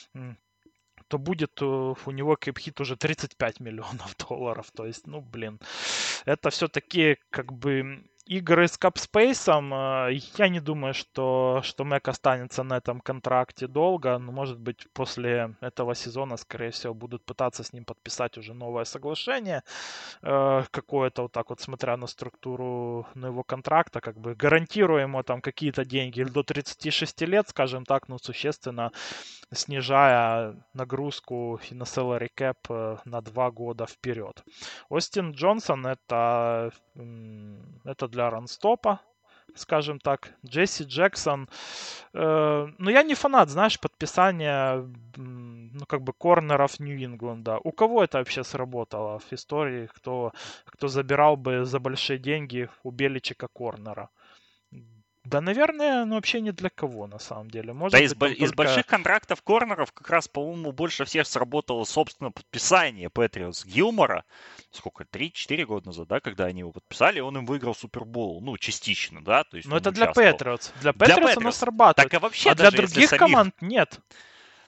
то будет у него кэп-хит уже тридцать пять миллионов долларов. То есть, ну, блин, это все-таки как бы игры с капспейсом. Я не думаю, что, что Мэк останется на этом контракте долго. Но, может быть, после этого сезона, скорее всего, будут пытаться с ним подписать уже новое соглашение. Какое-то вот так вот, смотря на структуру на его контракта, как бы гарантируя ему там какие-то деньги до тридцати шести лет, скажем так, ну, существенно снижая нагрузку и на salary cap на два года вперед. Остин Джонсон это, это для ранстопа, скажем так. Джесси Джексон. Э, ну, я не фанат, знаешь, подписания, ну, как бы, корнеров Нью-Ингланда. У кого это вообще сработало в истории, кто, кто забирал бы за большие деньги у Беличика корнера? Да, наверное, ну вообще ни для кого, на самом деле. Может Да, из, быть, из только... больших контрактов корнеров как раз, по-моему, больше всех сработало, собственно, подписание Патриотс Гилмора. Сколько? три-четыре года назад, да, когда они его подписали, он им выиграл Супербол. Ну, частично, да. То есть Но это для Патриотс. Для Патриотс оно срабатывает. Так, а вообще, а для других команд нет.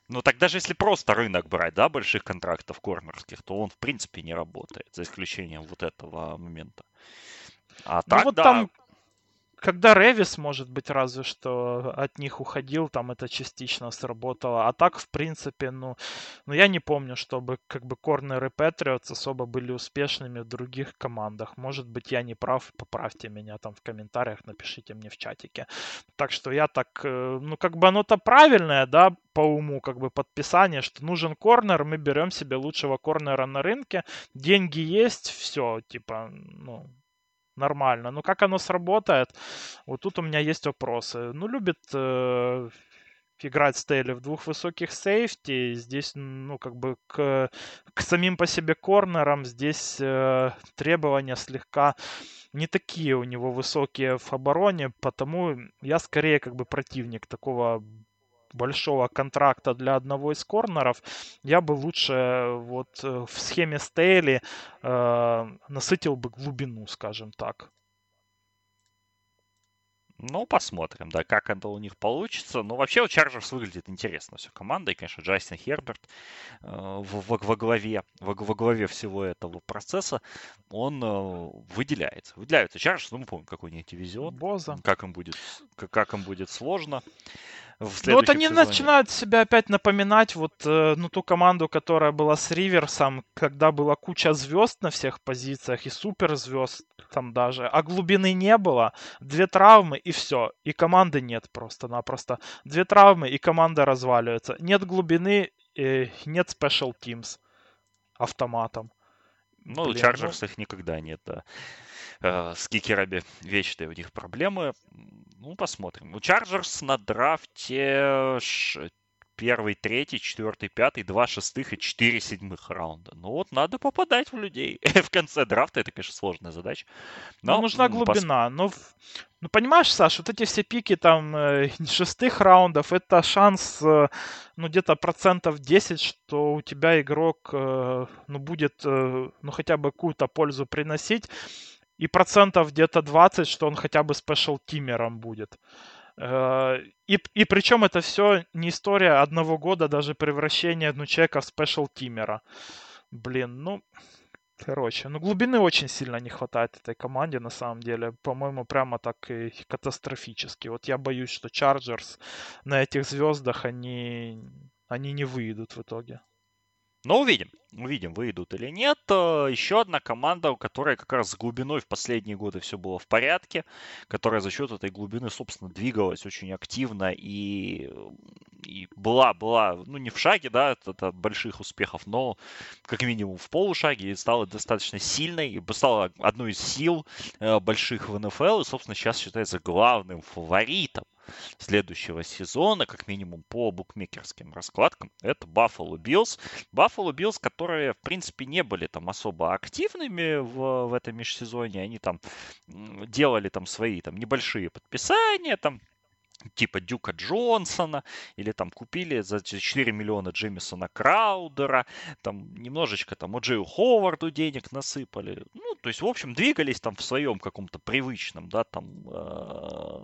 Ну, так даже если просто рынок брать, да, больших контрактов корнерских, то он, в принципе, не работает, за исключением вот этого момента. А Ну так, вот да, там, когда Ревис, может быть, разве что от них уходил, там это частично сработало. А так, в принципе, ну, ну я не помню, чтобы как бы корнеры Патриотс особо были успешными в других командах. Может быть, я не прав, поправьте меня там в комментариях, напишите мне в чатике. Так что я так, э, ну как бы оно-то правильное, да, по уму, как бы подписание, что нужен корнер, мы берем себе лучшего корнера на рынке, деньги есть, все, типа, ну, нормально. Но как оно сработает, вот тут у меня есть вопросы. Ну, любит э, играть Стейли в двух высоких сейфти. Здесь, ну, как бы к, к самим по себе корнерам здесь э, требования слегка не такие у него высокие в обороне, потому я скорее как бы противник такого большого контракта для одного из корнеров. Я бы лучше э, вот э, в схеме Стейли э, насытил бы глубину, скажем так. ну, посмотрим, да, как это у них получится. Ну, вообще, у Чарджерс выглядит интересно все команда. И, конечно, Джастин Херберт э, во, во- во главе, во, во главе всего этого процесса, он э, выделяется. Выделяются Чарджерс, ну, мы помним, какой у них дивизион, Боза. как им будет, как, как им будет сложно в Ну вот следующем они сезоне. начинают себя опять напоминать вот э, ну ту команду, которая была с Риверсом, когда была куча звезд на всех позициях и суперзвезд там даже, а глубины не было, две травмы и все, и команды нет просто-напросто. Две травмы и команда разваливается. Нет глубины, э, нет special teams автоматом. Ну, у Блин, ну Чарджерс их никогда нет, да. Э, с кикерами вечные у них проблемы. Ну, посмотрим. У Чарджерс на драфте ш- первый, третий, четвертый, пятый, два шестых и четыре седьмых раунда. Ну вот, надо попадать в людей. В конце драфта это, конечно, сложная задача. Ну, Но нужна м, пос- глубина. Ну, в- ну, понимаешь, Саш, вот эти все пики там э, шестых раундов, это шанс, э, ну, где-то процентов десять, что у тебя игрок, э, ну, будет, э, ну, хотя бы какую-то пользу приносить, и процентов где-то двадцать, что он хотя бы спешл-тимером будет. Э, И, и причем это все не история одного года даже превращения, ну, человека в спешл-тимера. Блин, ну, короче, ну глубины очень сильно не хватает этой команде, на самом деле. По-моему, прямо так и катастрофически. Вот я боюсь, что Чарджерс на этих звездах, они, они не выйдут в итоге. Но увидим. Увидим, выйдут или нет. Э, Еще одна команда, у которой как раз с глубиной в последние годы все было в порядке, которая за счет этой глубины, собственно, двигалась очень активно и, и была, была, ну, не в шаге, да, от, от- от больших успехов, но как минимум в полушаге и стала достаточно сильной, и стала одной из сил э, больших в эн эф эл, и, собственно, сейчас считается главным фаворитом следующего сезона, как минимум по букмекерским раскладкам, это Buffalo Bills. Buffalo Bills, которые, в принципе, не были там особо активными в, в этом межсезонье, они там м, делали там свои там небольшие подписания, там типа Дюка Джонсона, или там купили за четыре миллиона Джеймисона Краудера, там немножечко там О'Джею Ховарду денег насыпали. Ну, то есть, в общем, двигались там в своем каком-то привычном, да, там э,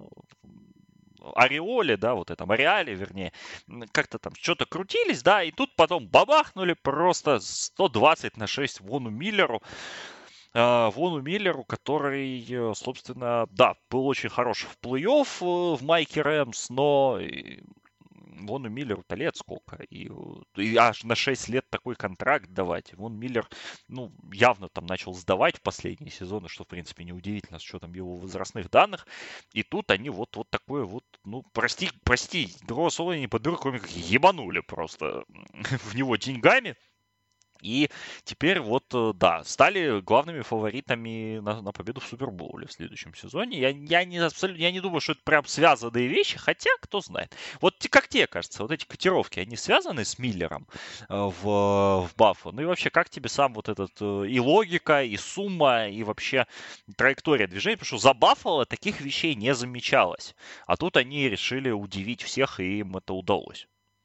ореоле, да, вот этом ареале, вернее, как-то там что-то крутились, да, и тут потом бабахнули просто сто двадцать на шесть Вону Миллеру, э, Вону Миллеру, который, э, собственно, да, был очень хорош в плей-офф э, в Майке Рэмс, но и Вону Миллеру-то лет сколько, и, э, и аж на шесть лет такой контракт давать. Вон Миллер, ну, явно там начал сдавать в последние сезоны, что, в принципе, неудивительно с учетом его возрастных данных. И тут они вот, вот такое вот, ну, прости, прости, другого слова не подберу, кроме как ебанули просто в него деньгами. И теперь вот, э, да, стали главными фаворитами на, на победу в Супербоуле в следующем сезоне. Я, я, не, абсолютно, я не думаю, что это прям связанные вещи, хотя, кто знает. Вот те- как тебе кажется, вот эти котировки, они связаны с Миллером э, в, в Баффало? Ну и вообще, как тебе сам вот этот э, и логика, и сумма, и вообще траектория движения? Потому что за Баффало таких вещей не замечалось. А тут они решили удивить всех, и им это удалось.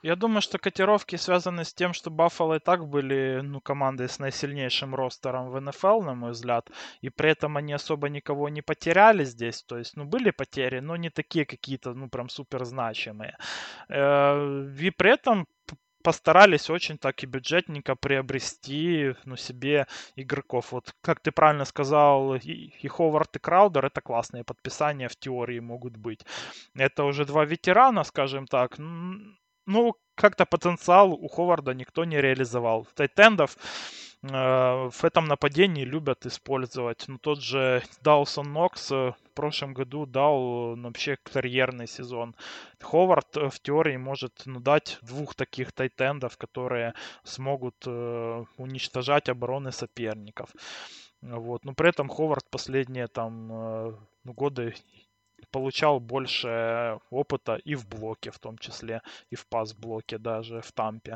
Я думаю, что котировки связаны с тем, что Баффало и так были, ну, командой с наисильнейшим ростером в эн эф эл, на мой взгляд, и при этом они особо никого не потеряли здесь, то есть, ну, были потери, но не такие какие-то, ну, прям супер значимые. Э, И при этом п- постарались очень так и бюджетненько приобрести, ну, себе игроков. Вот, как ты правильно сказал, и, и Ховард, и Краудер — это классные подписания в теории могут быть. Это уже два ветерана, скажем так. М, Ну, как-то потенциал у Ховарда никто не реализовал. Тайтендов э, в этом нападении любят использовать. Ну, тот же Даусон Нокс э, в прошлом году дал ну, вообще карьерный сезон. Ховард э, в теории может ну, дать двух таких тайтендов, которые смогут э, уничтожать обороны соперников. Вот. Но при этом Ховард последние там э, ну, годы получал больше опыта и в блоке в том числе, и в пас-блоке даже в Тампе.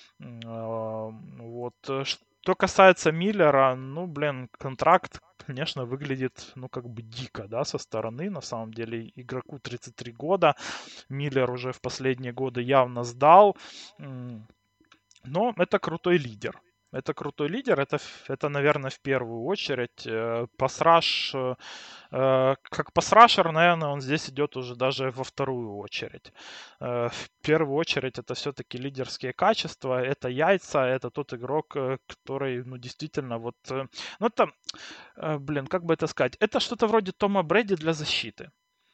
А, Вот. э, Что касается Миллера, ну, блин, контракт, конечно, выглядит, ну, как бы дико, да, со стороны. На самом деле, игроку тридцать три года. Миллер уже в последние годы явно сдал. М, Но это крутой лидер. Это крутой лидер, это, ф- это, наверное, в первую очередь. Э, Пасраж, э, э, как пасрашер, наверное, он здесь идет уже даже во вторую очередь. Э, В первую очередь это все-таки лидерские качества, это яйца, это тот игрок, э, который, ну, действительно, вот, э, ну, это, э, блин, как бы это сказать, это что-то вроде Тома Брэди для защиты.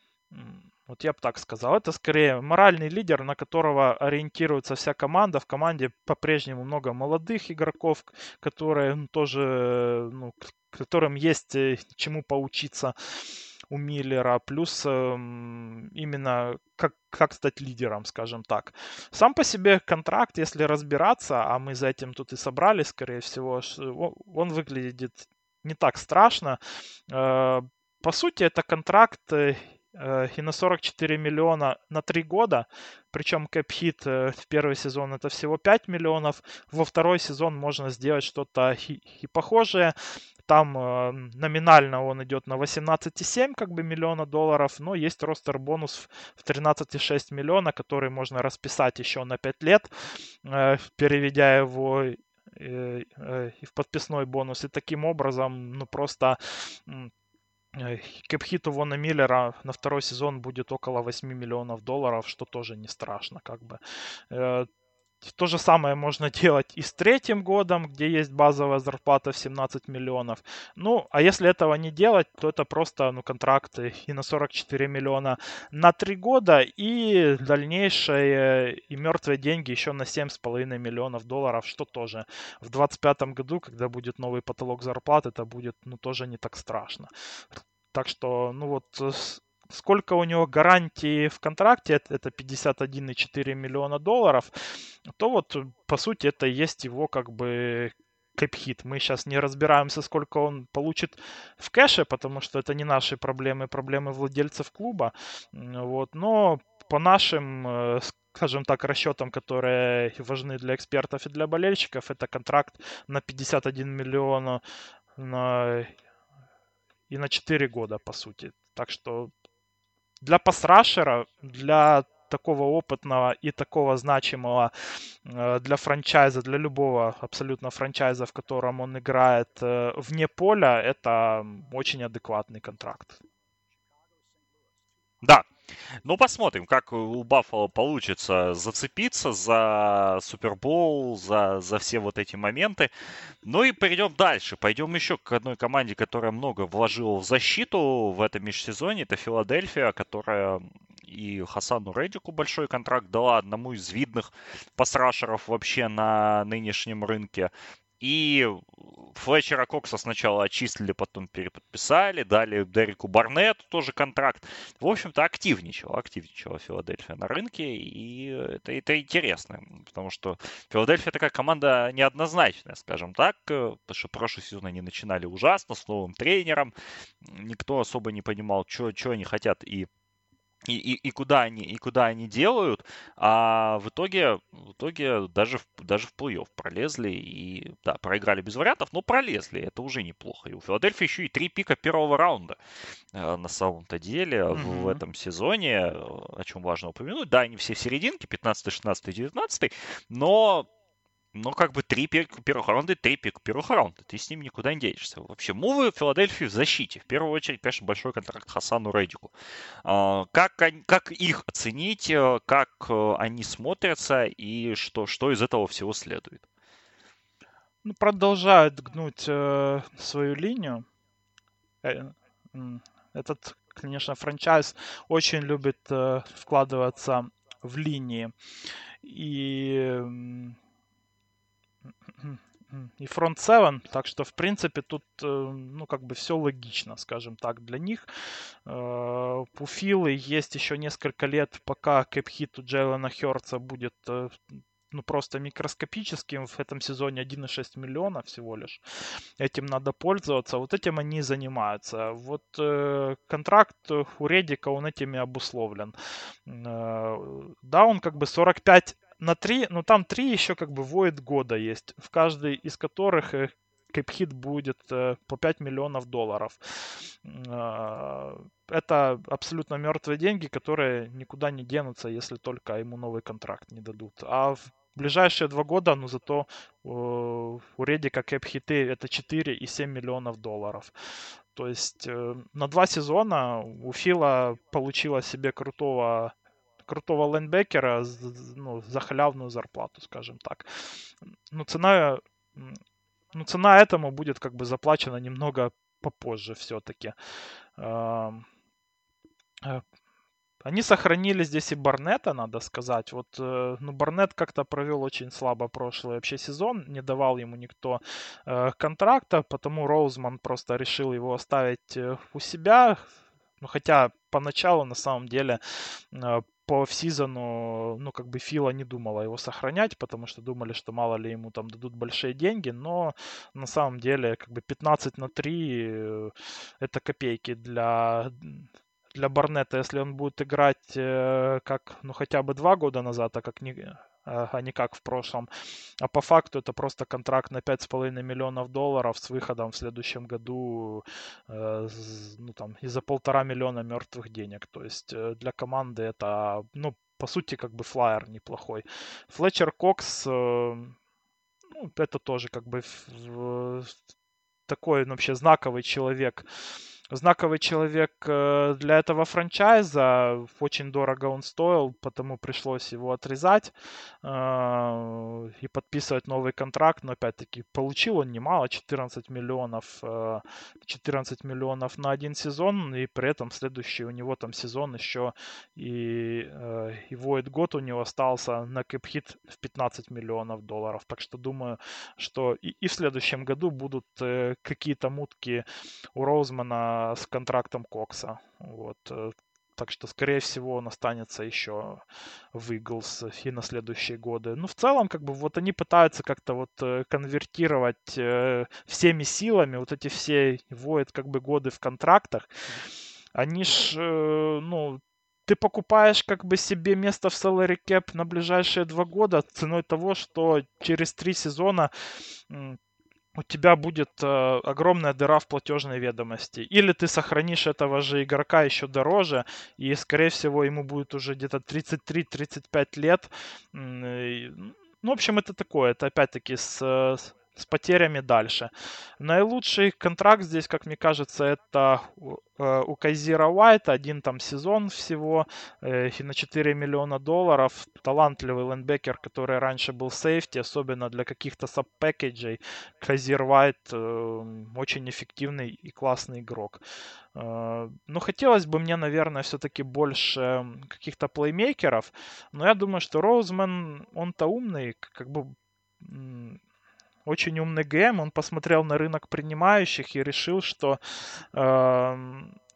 М, Вот я бы так сказал. Это скорее моральный лидер, на которого ориентируется вся команда. В команде по-прежнему много молодых игроков, которые ну, тоже, ну, к- которым есть э, чему поучиться у Миллера. Плюс эм, именно как, как стать лидером, скажем так. Сам по себе контракт, если разбираться, а мы за этим тут и собрались, скорее всего, ш- о- он выглядит не так страшно. Э, По сути, это контракт э, э, и на сорок четыре миллиона на три года. Причем кэп-хит э, в первый сезон это всего пять миллионов. Во второй сезон можно сделать что-то и, и похожее. Там э, номинально он идет на восемнадцать целых семь как бы миллиона долларов, но есть ростер бонус в тринадцать целых шесть миллиона, который можно расписать еще на пять лет, э, переведя его э, э, и в подписной бонус. И таким образом, ну просто м, Э, Кэп-хит у Вона Миллера на второй сезон будет около восемь миллионов долларов, что тоже не страшно, как бы. Э, То же самое можно делать и с третьим годом, где есть базовая зарплата в семнадцать миллионов. Ну, а если этого не делать, то это просто ну, контракты и на сорок четыре миллиона на три года, и дальнейшие и мертвые деньги еще на семь с половиной миллионов долларов, что тоже в двадцать пятом году, когда будет новый потолок зарплат, это будет ну, тоже не так страшно. Так что, ну вот, э, с- сколько у него гарантии в контракте, это это пятьдесят один целых четыре миллиона долларов, то вот, э, по сути, это и есть его как бы кэп-хит. Мы сейчас не разбираемся, сколько он получит в кэше, потому что это не наши проблемы, проблемы владельцев клуба. М, Вот, но по нашим, э, скажем так, расчетам, которые важны для экспертов и для болельщиков, это контракт на пятьдесят один миллион на и на четыре года, по сути. Так что для пасрашера, для такого опытного и такого значимого э, для франчайза, для любого абсолютно франчайза, в котором он играет э, вне поля, это очень адекватный контракт. Да, ну посмотрим, как у Баффало получится зацепиться за Супербоул, за, за все вот эти моменты. Ну и перейдем дальше. Пойдем еще к одной команде, которая много вложила в защиту в этом межсезонье. Это Филадельфия, которая и Хасану Редику большой контракт дала, одному из видных пасрашеров вообще на нынешнем рынке. И Флетчера Кокса сначала отчислили, потом переподписали, дали Дереку Барнетту тоже контракт. В общем-то, активничала, активничала Филадельфия на рынке, и это, это интересно, потому что Филадельфия такая команда неоднозначная, скажем так, э, потому что прошлый сезон они начинали ужасно, с новым тренером, никто особо не понимал, что они хотят и и, и, и куда они, и куда они делают, а в итоге, в итоге даже, в, даже в плей-офф пролезли и, да, проиграли без вариантов, но пролезли, это уже неплохо. И у Филадельфии еще и три пика первого раунда э, на самом-то деле в, в Мгм. этом сезоне, э, о чем важно упомянуть. Да, они все в серединке, пятнадцатый, шестнадцатый, девятнадцатый, но но как бы три пик первых раунда, три пик первых раунда. Ты с ним никуда не денешься. Вообще, мувы Филадельфии в защите. В первую очередь, конечно, большой контракт Хасану Редику. А, Как, они- как их оценить, э, как э, они смотрятся и что, что из этого всего следует? Ну, продолжают гнуть э, свою линию. Э, м, Этот, конечно, франчайз очень любит э, вкладываться в линии. И м, и фронт семь, так что, в принципе, тут, э, ну, как бы все логично, скажем так, для них. Э, У Филы есть еще несколько лет, пока кэп-хит у Джейлена Хёртса будет э, ну, просто микроскопическим. В этом сезоне один и шесть миллиона всего лишь. Этим надо пользоваться. Вот этим они и занимаются. Вот э, контракт у Редика, он этими обусловлен. Э, да, он как бы сорок пять на три, но там три еще как бы void года есть, в каждой из которых э, кэп-хит будет э, по пять миллионов долларов. Э, Это абсолютно мертвые деньги, которые никуда не денутся, если только ему новый контракт не дадут. А в ближайшие два года, ну зато э, у Редика кэп-хиты это четыре и семь миллионов долларов. То есть э, на два сезона у Фила получила себе крутого крутого лайнбекера ну, за халявную зарплату, скажем так. Ну, цена, ну, цена этому будет как бы заплачена немного попозже все-таки. Они сохранили здесь и Барнета, надо сказать. Вот, э, ну, Барнет как-то провел очень слабо прошлый вообще сезон, не давал ему никто э, контракта, потому Роузман просто решил его оставить э, у себя. Ну, хотя поначалу, на самом деле, э, по офсизону, ну, как бы Фила не думала его сохранять, потому что думали, что мало ли ему там дадут большие деньги, но на самом деле, как бы пятнадцать на три э, это копейки для для Барнета, если он будет играть э, как, ну, хотя бы два года назад, а, как не, а, а не как в прошлом. А по факту это просто контракт на пять с половиной миллионов долларов с выходом в следующем году э, с- ну, там, и за полтора миллиона мертвых денег. То есть э, для команды это, ну, по сути, как бы флайер неплохой. Флетчер Кокс, э, ну, это тоже как бы в- в- такой, ну, вообще знаковый человек знаковый человек э, для этого франчайза. Очень дорого он стоил, потому пришлось его отрезать э, и подписывать новый контракт. Но опять-таки получил он немало, четырнадцать миллионов, э, четырнадцать миллионов на один сезон, и при этом следующий у него там сезон еще и, э, и void год у него остался на кэп-хит в пятнадцать миллионов долларов. Так что думаю, что и, и в следующем году будут э, какие-то мутки у Роузмана с контрактом Кокса. Вот. э, Так что, скорее всего, он останется еще в Иглс и на следующие годы. Ну, в целом, как бы, вот они пытаются как-то вот э, конвертировать э, всеми силами вот эти все воют как бы годы в контрактах. Они ж, э, ну, ты покупаешь как бы себе место в salary cap на ближайшие два года ценой того, что через три сезона м, у тебя будет э, огромная дыра в платежной ведомости. Или ты сохранишь этого же игрока еще дороже, и, скорее всего, ему будет уже где-то тридцать три тридцать пять лет. М, и, Ну, в общем, это такое. Это опять-таки с, э, с потерями дальше. Наилучший контракт здесь, как мне кажется, это у э, у Кайзира Уайта. Один там сезон всего э, и на четыре миллиона долларов. Талантливый лайнбекер, который раньше был сейфти, особенно для каких-то саб-пэкэджей. Казир Вайт э, очень эффективный и классный игрок. Э, Но хотелось бы мне, наверное, все-таки больше каких-то плеймейкеров. Но я думаю, что Роузман, он-то умный, к- как бы м, очень умный ГМ. Он посмотрел на рынок принимающих и решил, что э,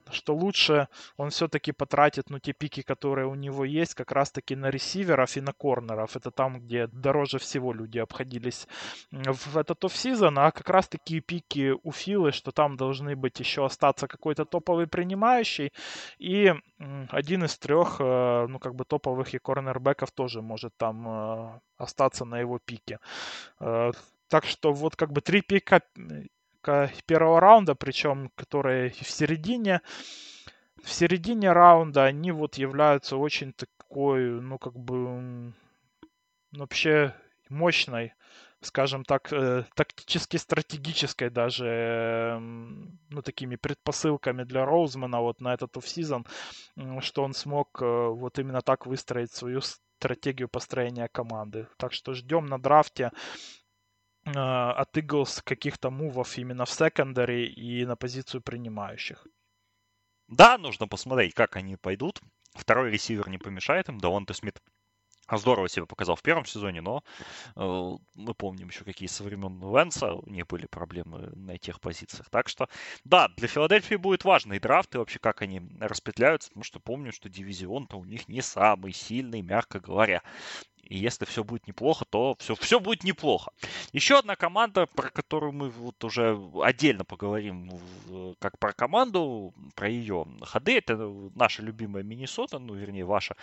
что лучше он все-таки потратит, ну, те пики, которые у него есть, как раз-таки на ресиверов и на корнеров. Это там, где дороже всего люди обходились в этот оффсизон, а как раз-таки пики у Филы, что там должны быть еще остаться какой-то топовый принимающий, и один из трех, ну, как бы топовых и корнербеков тоже может там остаться на его пике. Так что вот как бы три пика первого раунда, причем которые в середине, в середине раунда они вот являются очень такой, ну как бы вообще мощной, скажем так, э, тактически стратегической даже, э, ну, такими предпосылками для Роузмана вот на этот оффсизон, что он смог э, вот именно так выстроить свою стратегию построения команды. Так что ждем на драфте э, от Eagles каких-то мувов именно в секондаре и на позицию принимающих. Да, нужно посмотреть, как они пойдут. Второй ресивер не помешает им. Девонте Смит здорово себя показал в первом сезоне, но э, мы помним еще, какие со времен Венса у них были проблемы на тех позициях. Так что, да, для Филадельфии будет важный драфт и вообще как они распетляются, потому что помню, что дивизион-то у них не самый сильный, мягко говоря. И если все будет неплохо, то все, все будет неплохо. Еще одна команда, про которую мы вот уже отдельно поговорим, как про команду, про ее ходы, это наша любимая Миннесота, ну, вернее, ваша.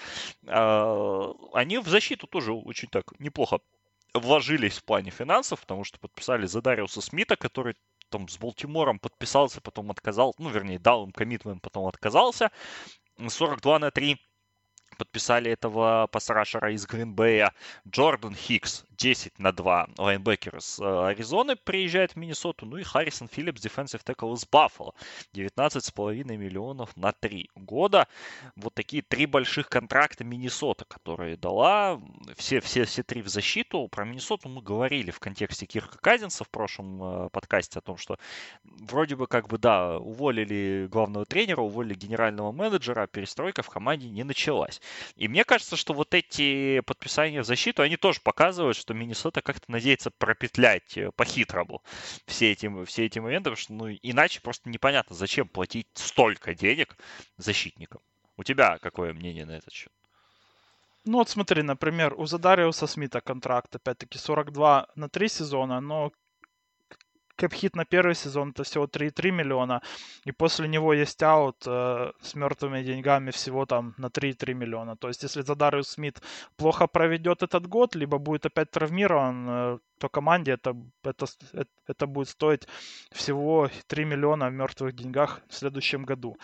Они в защиту тоже очень так неплохо вложились в плане финансов, потому что подписали Задариуса Смита, который там с Балтимором подписался, потом отказал, ну, вернее, дал им коммитмент, потом отказался. сорок два на три. Подписали этого пасрашера из Гринбея. Джордан Хикс десять на два. Лайнбекер из Аризоны приезжает в Миннесоту. Ну и Харрисон Филлипс, дефенсив текл из Баффало. девятнадцать с половиной миллионов на три года. Вот такие три больших контракта Миннесота, которые дала. Все, все, все три в защиту. Про Миннесоту мы говорили в контексте Кирка Казинса в прошлом э, подкасте о том, что вроде бы как бы, да, уволили главного тренера, уволили генерального менеджера, а перестройка в команде не началась. И мне кажется, что вот эти подписания в защиту, они тоже показывают, что Миннесота как-то надеется пропетлять по-хитрому все эти, все эти моменты, потому что ну, иначе просто непонятно, зачем платить столько денег защитникам. У тебя какое мнение на этот счет? Ну вот смотри, например, у Задариуса Смита контракт, опять-таки, сорок два на три сезона, но кэп-хит на первый сезон это всего три и три миллиона, и после него есть аут э, с мертвыми деньгами всего там на три и три миллиона. То есть если Задариус Смит плохо проведет этот год, либо будет опять травмирован, э, то команде это, это, это будет стоить всего три миллиона в мертвых деньгах в следующем году.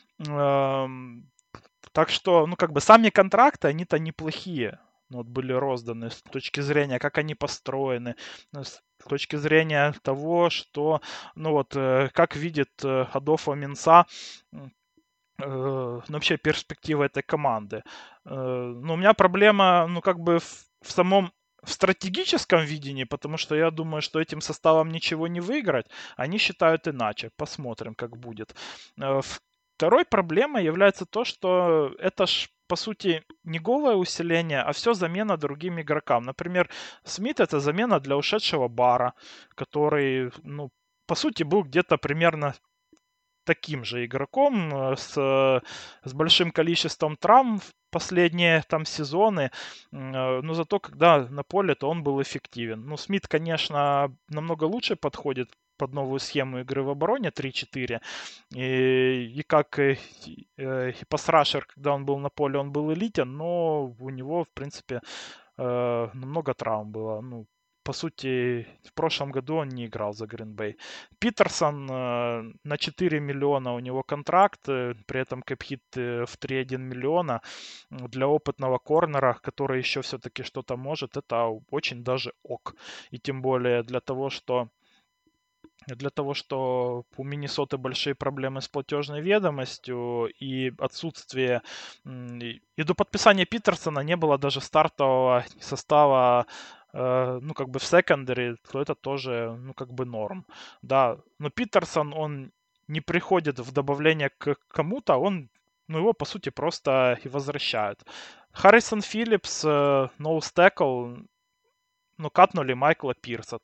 Эм, так что, ну как бы сами контракты, они-то неплохие. Вот были розданы с точки зрения, как они построены, с точки зрения того, что, ну вот, как видит Адольфо Минса, ну, вообще перспективы этой команды. Но у меня проблема, ну, как бы в, в самом в стратегическом видении, потому что я думаю, что этим составом ничего не выиграть. Они считают иначе. Посмотрим, как будет. Второй проблемой является то, что это ж по сути, не голое усиление, а все замена другим игрокам. Например, Смит — это замена для ушедшего Бара, который, ну, по сути, был где-то примерно таким же игроком с, с большим количеством травм в последние там сезоны, но зато когда на поле, то он был эффективен. Ну, Смит, конечно, намного лучше подходит под новую схему игры в обороне три четыре. И, и как и, и пасрашер, когда он был на поле, он был элитен, но у него, в принципе, много травм было. Ну, по сути, в прошлом году он не играл за Green Bay. Питерсон на четыре миллиона у него контракт, при этом кэп-хит в три и один миллиона. Для опытного корнера, который еще все-таки что-то может, это очень даже ок. И тем более для того, что для того, что у Миннесоты большие проблемы с платежной ведомостью и отсутствие... И до подписания Питерсона не было даже стартового состава, ну, как бы в секондаре, то это тоже, ну, как бы норм. Да, но Питерсон, он не приходит в добавление к кому-то, он, ну, его, по сути, просто и возвращают. Харрисон Филлипс, ноус текл, ну, катнули Майкла Пирса, то есть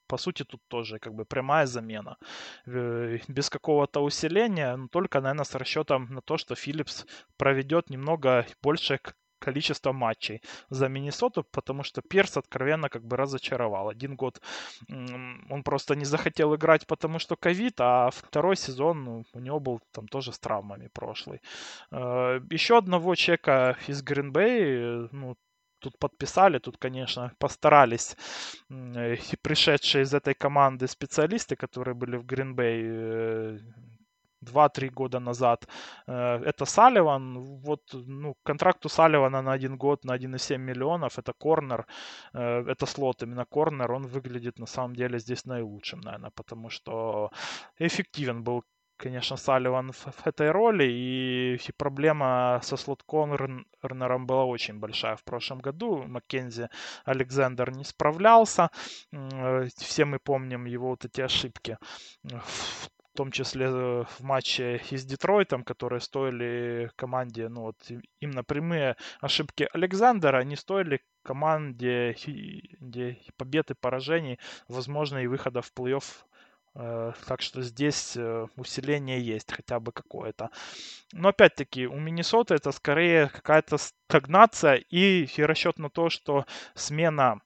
по сути, тут тоже как бы прямая замена. Э, Без какого-то усиления, но только, наверное, с расчетом на то, что Филлипс проведет немного большее к- количество матчей за Миннесоту, потому что Перс откровенно как бы разочаровал. Один год м, он просто не захотел играть, потому что ковид, а второй сезон ну, у него был там тоже с травмами прошлый. Э, Еще одного человека из Гринбей, ну, тут подписали, тут, конечно, постарались м, э, и пришедшие из этой команды специалисты, которые были в Гринбей два-три года назад. Э, Это Салливан. Вот, ну, контракт у Салливана на один год, на один и семь миллионов. Это корнер. э, Это слот именно корнер. Он выглядит на самом деле здесь наилучшим, наверное, потому что эффективен был, конечно, Салливан в, в этой роли, и, и проблема со слот-корнером была очень большая в прошлом году. Маккензи Александр не справлялся. М, э, Все мы помним его вот эти ошибки э, в в том числе э, в матче и с Детройтом, которые стоили команде, ну вот и- именно прямые ошибки Александра, они стоили команде и- где и побед и поражений, возможно, и выхода в плей-офф. Э, Так что здесь э, усиление есть хотя бы какое-то. Но опять-таки у Миннесоты это скорее какая-то стагнация и, и расчет на то, что смена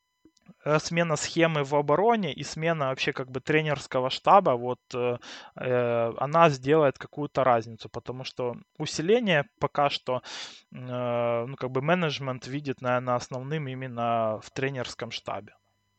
э, смена схемы в обороне и смена вообще как бы тренерского штаба, вот э, э, она сделает какую-то разницу, потому что усиление пока что, э, ну как бы менеджмент видит, наверное, основным именно в тренерском штабе.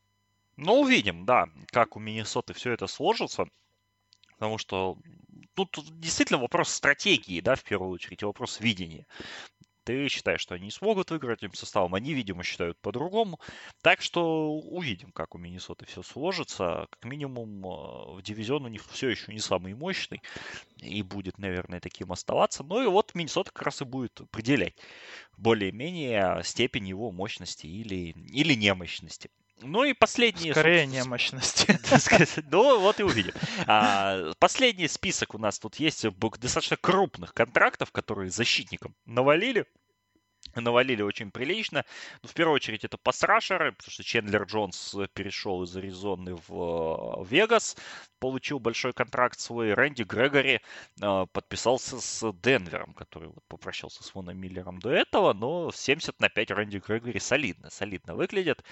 Ну, увидим, да, как у Миннесоты все это сложится. Потому что ну, тут действительно вопрос стратегии, да, в первую очередь, и вопрос видения. Ты считаешь, что они не смогут выиграть этим составом, они, видимо, считают по-другому. Так что увидим, как у Миннесоты все сложится. Как минимум, э, в дивизион у них все еще не самый мощный и будет, наверное, таким оставаться. Ну и вот Миннесота как раз и будет определять более-менее степень его мощности или, или немощности. Ну и последние, Скорее собственно, немощности. ну, вот и увидим. А, последний список у нас тут есть б- достаточно крупных контрактов, которые защитникам навалили. Навалили очень прилично. Ну, в первую очередь это пасрашеры, потому что Чендлер Джонс перешел из Аризоны в э, Вегас, получил большой контракт свой. Рэнди Грегори э, подписался с Денвером, который вот попрощался с Воном Миллером до этого, но семьдесят на пять Рэнди Грегори солидно, солидно выглядит.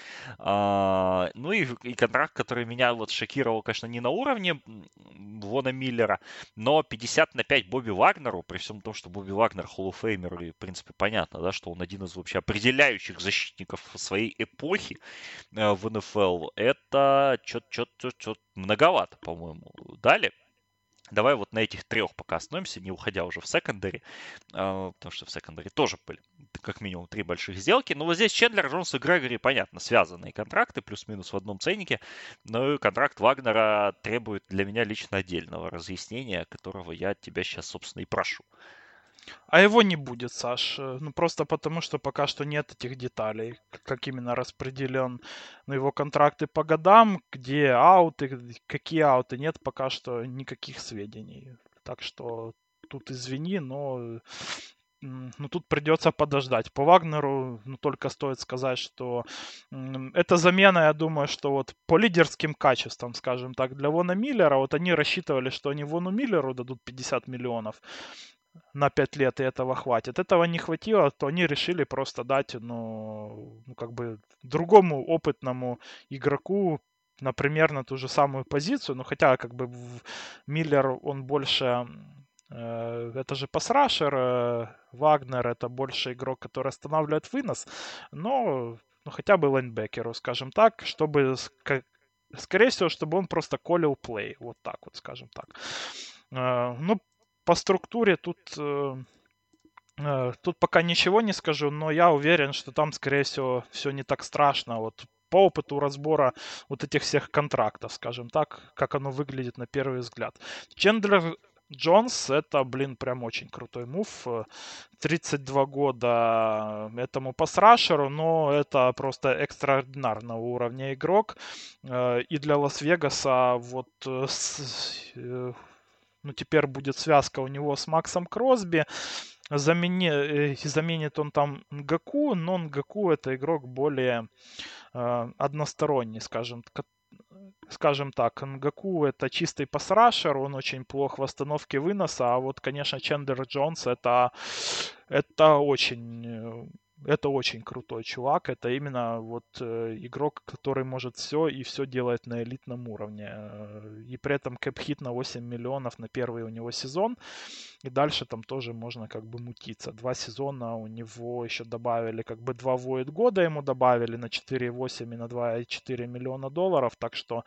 А, ну и, и контракт, который меня вот шокировал, конечно, не на уровне м, Вона Миллера, но пятьдесят на пять Бобби Вагнеру, при всем том, что Бобби Вагнер Hall of Famer, и, в принципе, понятно, да, что он один из вообще определяющих защитников своей эпохи э, в эн эф эл, это что-то многовато, по-моему, дали. Давай вот на этих трех пока остановимся, не уходя уже в секондаре, потому что в секондаре тоже были как минимум три больших сделки. Но вот здесь Чендлер, Джонс и Грегори, понятно, связанные контракты, плюс-минус в одном ценнике. Но и контракт Вагнера требует для меня лично отдельного разъяснения, которого я от тебя сейчас, собственно, и прошу. А его не будет, Саш. э, Ну, просто потому, что пока что нет этих деталей, к- как именно распределен ну, его контракты по годам, где ауты, какие ауты, нет пока что никаких сведений. Так что тут извини, но м, ну, тут придется подождать. По Вагнеру, ну, только стоит сказать, что м, эта замена, я думаю, что вот по лидерским качествам, скажем так, для Вона Миллера, вот они рассчитывали, что они Вону Миллеру дадут пятьдесят миллионов на пять лет, и этого хватит. Этого не хватило, то они решили просто дать, ну, ну как бы другому опытному игроку, например, на ту же самую позицию. Ну, хотя, как бы, в- Миллер, он больше, э, это же пасрашер, э, Вагнер, это больше игрок, который останавливает вынос, но, ну, хотя бы лайнбекеру, скажем так, чтобы, ска- скорее всего, чтобы он просто колил плей, вот так вот, скажем так. Э, Ну, по структуре тут, э, э, тут пока ничего не скажу, но я уверен, что там, скорее всего, все не так страшно. Вот по опыту разбора вот этих всех контрактов, скажем так, как оно выглядит на первый взгляд. Чендлер Джонс — это, блин, прям очень крутой мув. Э, тридцать два года этому пасрашеру, но это просто экстраординарного уровня игрок. Э, И для Лас-Вегаса вот э, с- э, ну, теперь будет связка у него с Максом Кросби. Замени, э, заменит он там Нгаку, но Нгаку — это игрок более э, односторонний, скажем, ка- скажем так, Нгакоу это чистый пасрашер, он очень плох в остановке выноса, а вот, конечно, Чендлер Джонс это, это очень э, это очень крутой чувак. Это именно вот э, игрок, который может все и все делает на элитном уровне. Э, И при этом кэп-хит на восемь миллионов на первый у него сезон. И дальше там тоже можно как бы мутиться. Два сезона у него еще добавили, как бы два воид года ему добавили на четыре и восемь и на два и четыре миллиона долларов. Так что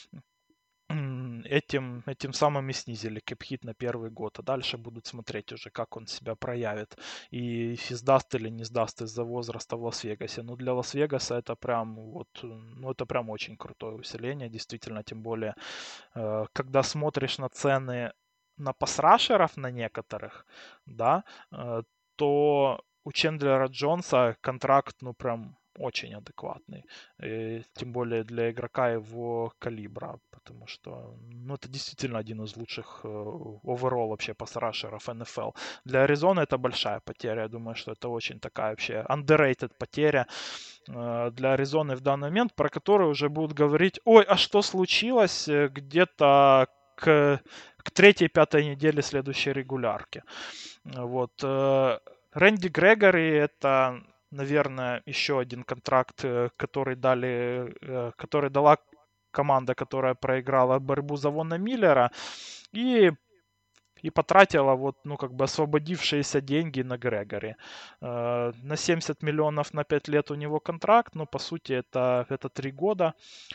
этим, этим самым и снизили кэп-хит на первый год, а дальше будут смотреть уже, как он себя проявит и сдаст или не сдаст из-за возраста в Лас-Вегасе. Ну, для Лас-Вегаса это прям вот, ну, это прям очень крутое усиление, действительно, тем более, э, когда смотришь на цены на пасрашеров на некоторых, да, э, то у Чендлера Джонса контракт, ну, прям очень адекватный. И тем более для игрока его калибра, потому что, ну, это действительно один из лучших оверолл вообще пасрашеров эн эф эл. Для Аризоны это большая потеря. Я думаю, что это очень такая вообще underrated потеря э, для Аризоны в данный момент, про которую уже будут говорить, ой, а что случилось э, где-то к, к третьей-пятой неделе следующей регулярки. Вот. э, Рэнди Грегори это, наверное, еще один контракт, э, который дали, э, который дала команда, которая проиграла борьбу за Вона Миллера и и потратила вот, ну, как бы освободившиеся деньги на Грегори. Э, На семьдесят миллионов на пять лет у него контракт, но по сути это, это три года.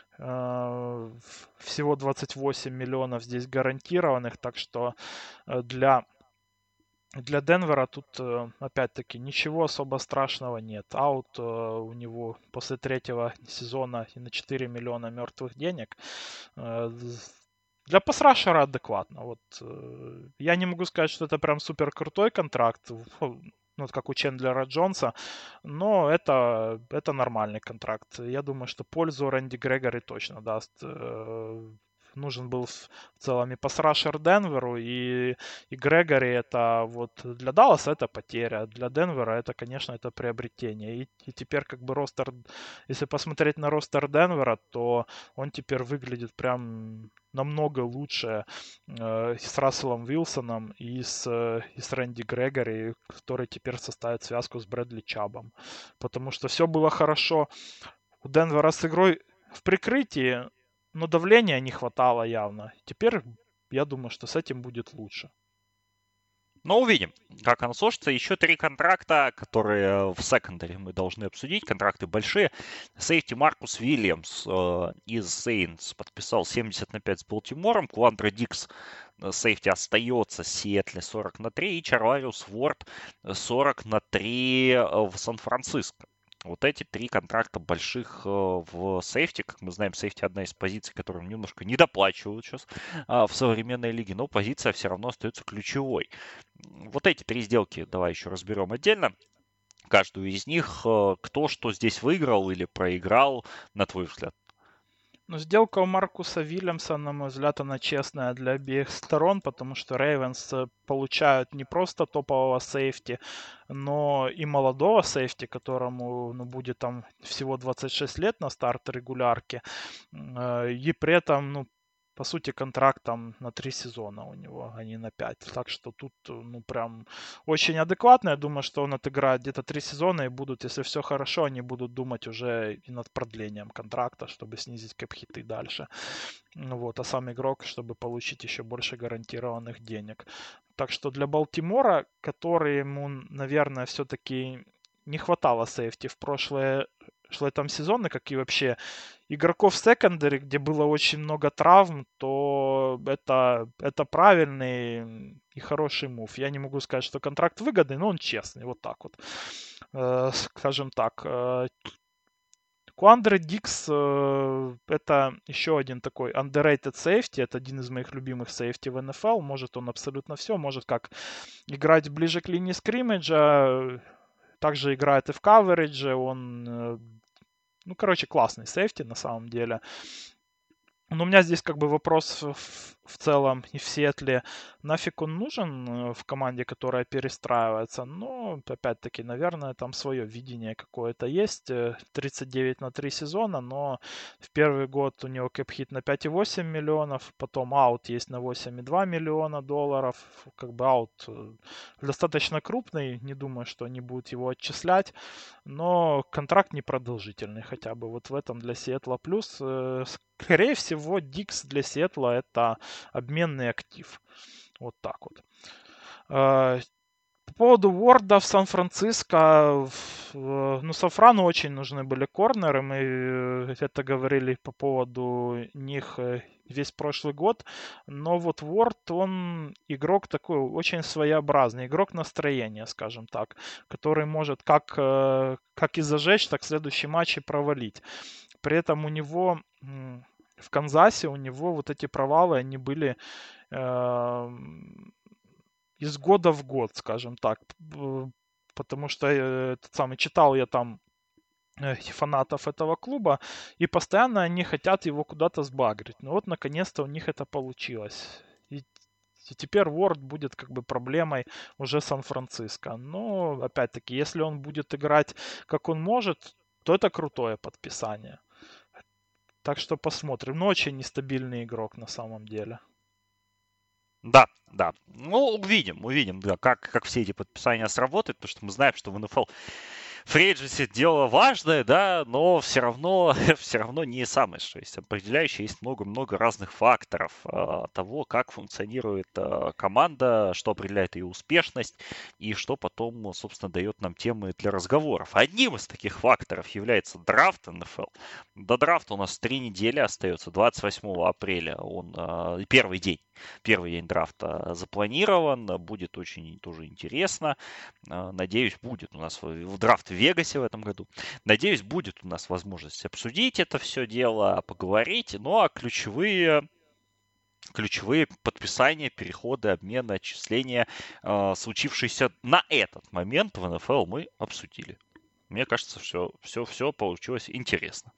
Э, Всего двадцать восемь миллионов здесь гарантированных, так что э, для для Денвера тут, э, опять-таки, ничего особо страшного нет. Аут э, у него после третьего сезона и на четыре миллиона мертвых денег. Э, Для пасрашера адекватно. Вот, э, я не могу сказать, что это прям супер крутой контракт, ну, вот как у Чендлера Джонса, но это, это нормальный контракт. Я думаю, что пользу Рэнди Грегори точно даст. Э, Нужен был в целом и пасрашер Денверу, и, и Грегори это вот для Далласа это потеря, для Денвера это, конечно, это приобретение. И, и теперь как бы ростер, если посмотреть на ростер Денвера, то он теперь выглядит прям намного лучше э, с Расселом Уилсоном и с, э, и с Рэнди Грегори, который теперь составит связку с Брэдли Чабом. Потому что все было хорошо у Денвера с игрой в прикрытии, но давления не хватало явно. Теперь я думаю, что с этим будет лучше. Но увидим, как оно сложится. Еще три контракта, которые в секондаре мы должны обсудить. Контракты большие. Сейфти Маркус Уильямс э, из Сейнтс подписал семьдесят на пять с Балтимором. Квандро Дикс сейфти остается в Сиэтле сорок на три. И Чарвариус Уорд сорок на три в Сан-Франциско. Вот эти три контракта больших в сейфти. Как мы знаем, сейфти одна из позиций, которым немножко недоплачивают сейчас в современной лиге, но позиция все равно остается ключевой. Вот эти три сделки давай еще разберем отдельно. Каждую из них, кто что здесь выиграл или проиграл, на твой взгляд? Ну, сделка у Маркуса Вильямса, на мой взгляд, она честная для обеих сторон, потому что Рейвенс получают не просто топового сейфти, но и молодого сейфти, которому ну, будет там всего двадцать шесть лет на старт регулярки. И при этом, ну, по сути, контракт там на три сезона у него, а не на пять. Так что тут, ну, прям очень адекватно. Я думаю, что он отыграет где-то три сезона и будут, если все хорошо, они будут думать уже и над продлением контракта, чтобы снизить кэп-хиты дальше. Вот, а сам игрок, чтобы получить еще больше гарантированных денег. Так что для Балтимора, который ему, наверное, все-таки не хватало сейфти в прошлые прошлые там сезоны, как и вообще игроков в секондаре, где было очень много травм, то это, это правильный и хороший мув. Я не могу сказать, что контракт выгодный, но он честный, вот так вот. Э, скажем так. Э, Куандре Дикс э, это еще один такой underrated safety, это один из моих любимых сейфти в эн эф эл. Может он абсолютно все, может как играть ближе к линии скриммиджа, также играет и в каверидже, он, э, ну, короче, классный сейфти на самом деле. Но у меня здесь как бы вопрос в, в целом и в Сиэтле, нафиг он нужен э, в команде, которая перестраивается? Но, опять-таки, наверное, там свое видение какое-то есть. э, тридцать девять на три сезона, но в первый год у него кэп-хит на пять и восемь миллионов, потом аут есть на восемь и два миллиона долларов. Как бы аут э, достаточно крупный, не думаю, что они будут его отчислять, но контракт непродолжительный хотя бы. Вот в этом для Сиэтла плюс. Э, Скорее всего, Дикс для Сиэтла это обменный актив. Вот так вот. Э, По поводу Уорда в Сан-Франциско, в- ну, Сафрану очень нужны были корнеры. Мы э, это говорили по поводу них э, весь прошлый год. Но вот Уорд, он игрок такой очень своеобразный, игрок настроения, скажем так, который может как, э, как и зажечь, так в следующем матче провалить. При этом у него м, в Канзасе у него вот эти провалы, они были эм, из года в год, скажем так. П- Потому что э, этот самый читал я там э, фанатов этого клуба, и постоянно они хотят его куда-то сбагрить. Но вот наконец-то у них это получилось. И, и теперь Уорд будет как бы проблемой уже Сан-Франциско. Но, опять-таки, если он будет играть как он может, то это крутое подписание. Так что посмотрим. Но очень нестабильный игрок на самом деле. Да, да. Ну, увидим, увидим, да, как, как все эти подписания сработают, потому что мы знаем, что в эн эф эл фрейджеси дело важное, да, но все равно, все равно не самое, что есть определяющее. Есть много-много разных факторов э, того, как функционирует э, команда, что определяет ее успешность и что потом, собственно, дает нам темы для разговоров. Одним из таких факторов является драфт эн эф эл. До драфта у нас три недели остается. двадцать восьмого апреля он э, первый день. Первый день драфта запланирован. Будет очень тоже интересно. Надеюсь, будет у нас в драфт в Вегасе в этом году. Надеюсь, будет у нас возможность обсудить это все дело, поговорить. Ну а ключевые ключевые подписания, переходы, обмены, отчисления, э, случившиеся на этот момент в эн эф эл, мы обсудили. Мне кажется, все, все, все получилось интересно.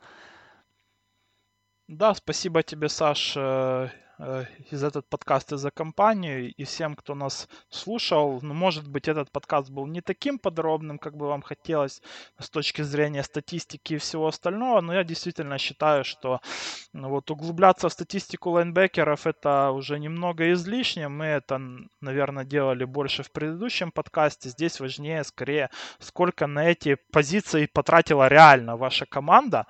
Да, спасибо тебе, Саш, э, э, из этот подкаст и за компанию, и всем, кто нас слушал. Ну, может быть, этот подкаст был не таким подробным, как бы вам хотелось с точки зрения статистики и всего остального, но я действительно считаю, что ну, вот углубляться в статистику лайнбекеров это уже немного излишне. Мы это, наверное, делали больше в предыдущем подкасте. Здесь важнее, скорее, сколько на эти позиции потратила реально ваша команда,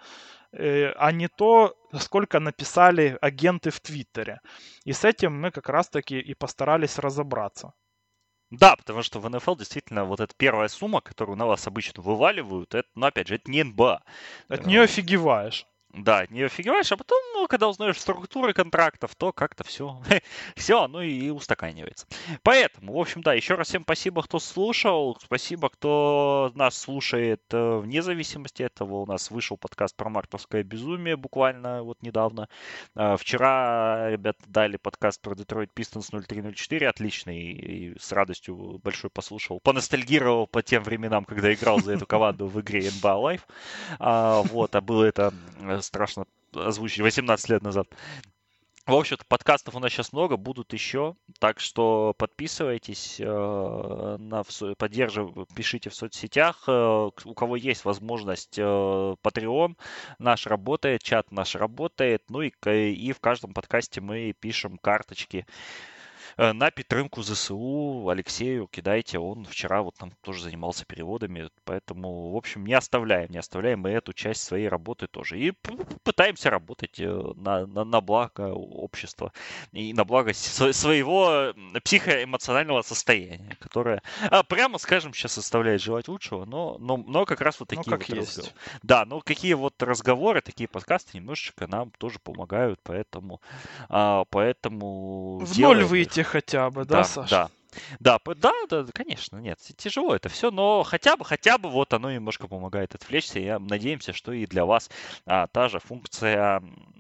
а не то, сколько написали агенты в Твиттере. И с этим мы как раз-таки и постарались разобраться. Да, потому что в эн эф эл действительно вот эта первая сумма, которую на вас обычно вываливают, это, ну, опять же, это не эн бэ а. От нее офигеваешь. Да, от нее офигеваешь, а потом, ну, когда узнаешь структуры контрактов, то как-то все, все, ну и устаканивается. Поэтому, в общем, да, еще раз всем спасибо, кто слушал, спасибо, кто нас слушает э, вне зависимости от этого. У нас вышел подкаст про мартовское безумие буквально вот недавно. Э, Вчера ребята дали подкаст про Detroit Pistons ноль три ноль четыре, отличный, и с радостью большой послушал. Поностальгировал по тем временам, когда играл за эту команду в игре эн би эй Live. А, вот, а было это страшно озвучить восемнадцать лет назад. В общем-то, подкастов у нас сейчас много, будут еще, так что подписывайтесь, э, на, поддерживайте, пишите в соцсетях, э, у кого есть возможность, э, Patreon наш работает, чат наш работает, ну и, и в каждом подкасте мы пишем карточки на підтримку зэ эс у. Алексею кидайте, он вчера вот там тоже занимался переводами, поэтому, в общем, не оставляем, не оставляем мы эту часть своей работы тоже. И пытаемся работать на, на, на благо общества и на благо своего психоэмоционального состояния, которое, а, прямо скажем, сейчас оставляет желать лучшего, но, но, но как раз вот такие ну, как вот есть. разговоры. Да, но какие вот разговоры, такие подкасты немножечко нам тоже помогают, поэтому, а, поэтому В делаем ноль выйти их. хотя бы, да, Да, Саш? да. Да, да, да, конечно, нет, тяжело это все, но хотя бы, хотя бы вот оно немножко помогает отвлечься, и надеемся, что и для вас а, та же функция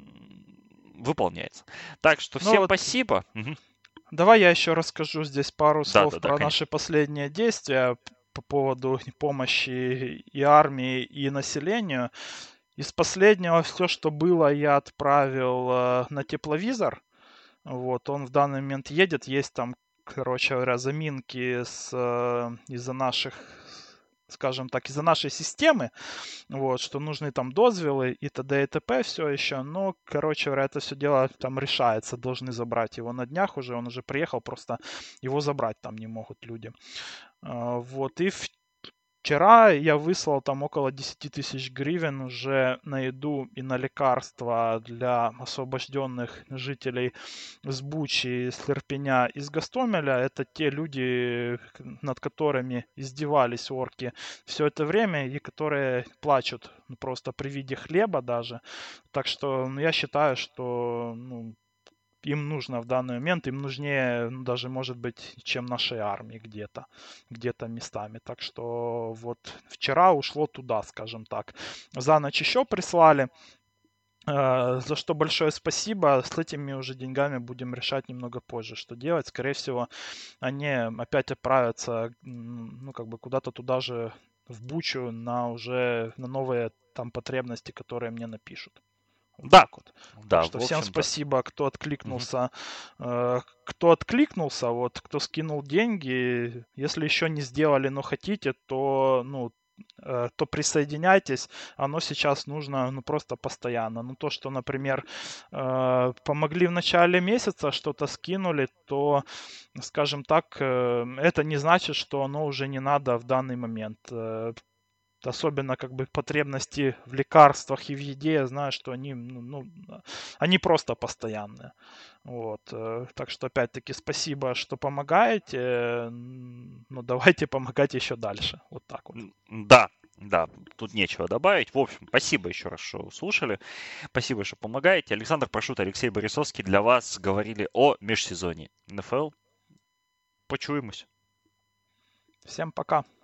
выполняется. Так что всем ну, вот спасибо. Давай я еще расскажу здесь пару слов да, да, про да, наши последние действия по поводу помощи и армии, и населению. Из последнего все, что было, я отправил э, на тепловизор. Вот, он в данный момент едет, есть там, короче говоря, заминки с, э, из-за наших, скажем так, из-за нашей системы, вот, что нужны там дозвелы и т.д. и т.п. все еще, но, короче говоря, это все дело там решается, должны забрать его на днях уже, он уже приехал, просто его забрать там не могут люди. А, Вот, и вчера я выслал там около десять тысяч гривен уже на еду и на лекарства для освобожденных жителей с Бучи, с Ирпеня и с Гостомеля. Это те люди, над которыми издевались орки все это время и которые плачут просто при виде хлеба даже. Так что ну, я считаю, что ну, им нужно в данный момент, им нужнее ну, даже, может быть, чем нашей армии где-то, где-то местами. Так что вот вчера ушло туда, скажем так. За ночь еще прислали, э, за что большое спасибо. С этими уже деньгами будем решать немного позже, что делать. Скорее всего, они опять отправятся, ну, как бы куда-то туда же, в Бучу, на уже, на новые там потребности, которые мне напишут. Вот Да, так вот. Так да, что в всем общем-то. спасибо, кто Мгм. откликнулся, э, кто откликнулся, вот, кто скинул деньги. Если еще не сделали, но хотите, то, ну, э, то присоединяйтесь. Оно сейчас нужно, ну, просто постоянно. Ну, то, что, например, э, помогли в начале месяца, что-то скинули, то, скажем так, э, это не значит, что оно уже не надо в данный момент. Э, Особенно как бы потребности в лекарствах и в еде, я знаю, что они, ну, ну, они просто постоянные. Вот. э, Так что, опять-таки, спасибо, что помогаете. м, Но давайте помогать еще дальше. Вот так вот. М, Да, да, тут нечего добавить. В общем, спасибо еще раз, что слушали. Спасибо, что помогаете. Александр Прошут, Алексей Борисовский для вас говорили о межсезонье эн эф эл. Почуемся. Всем пока.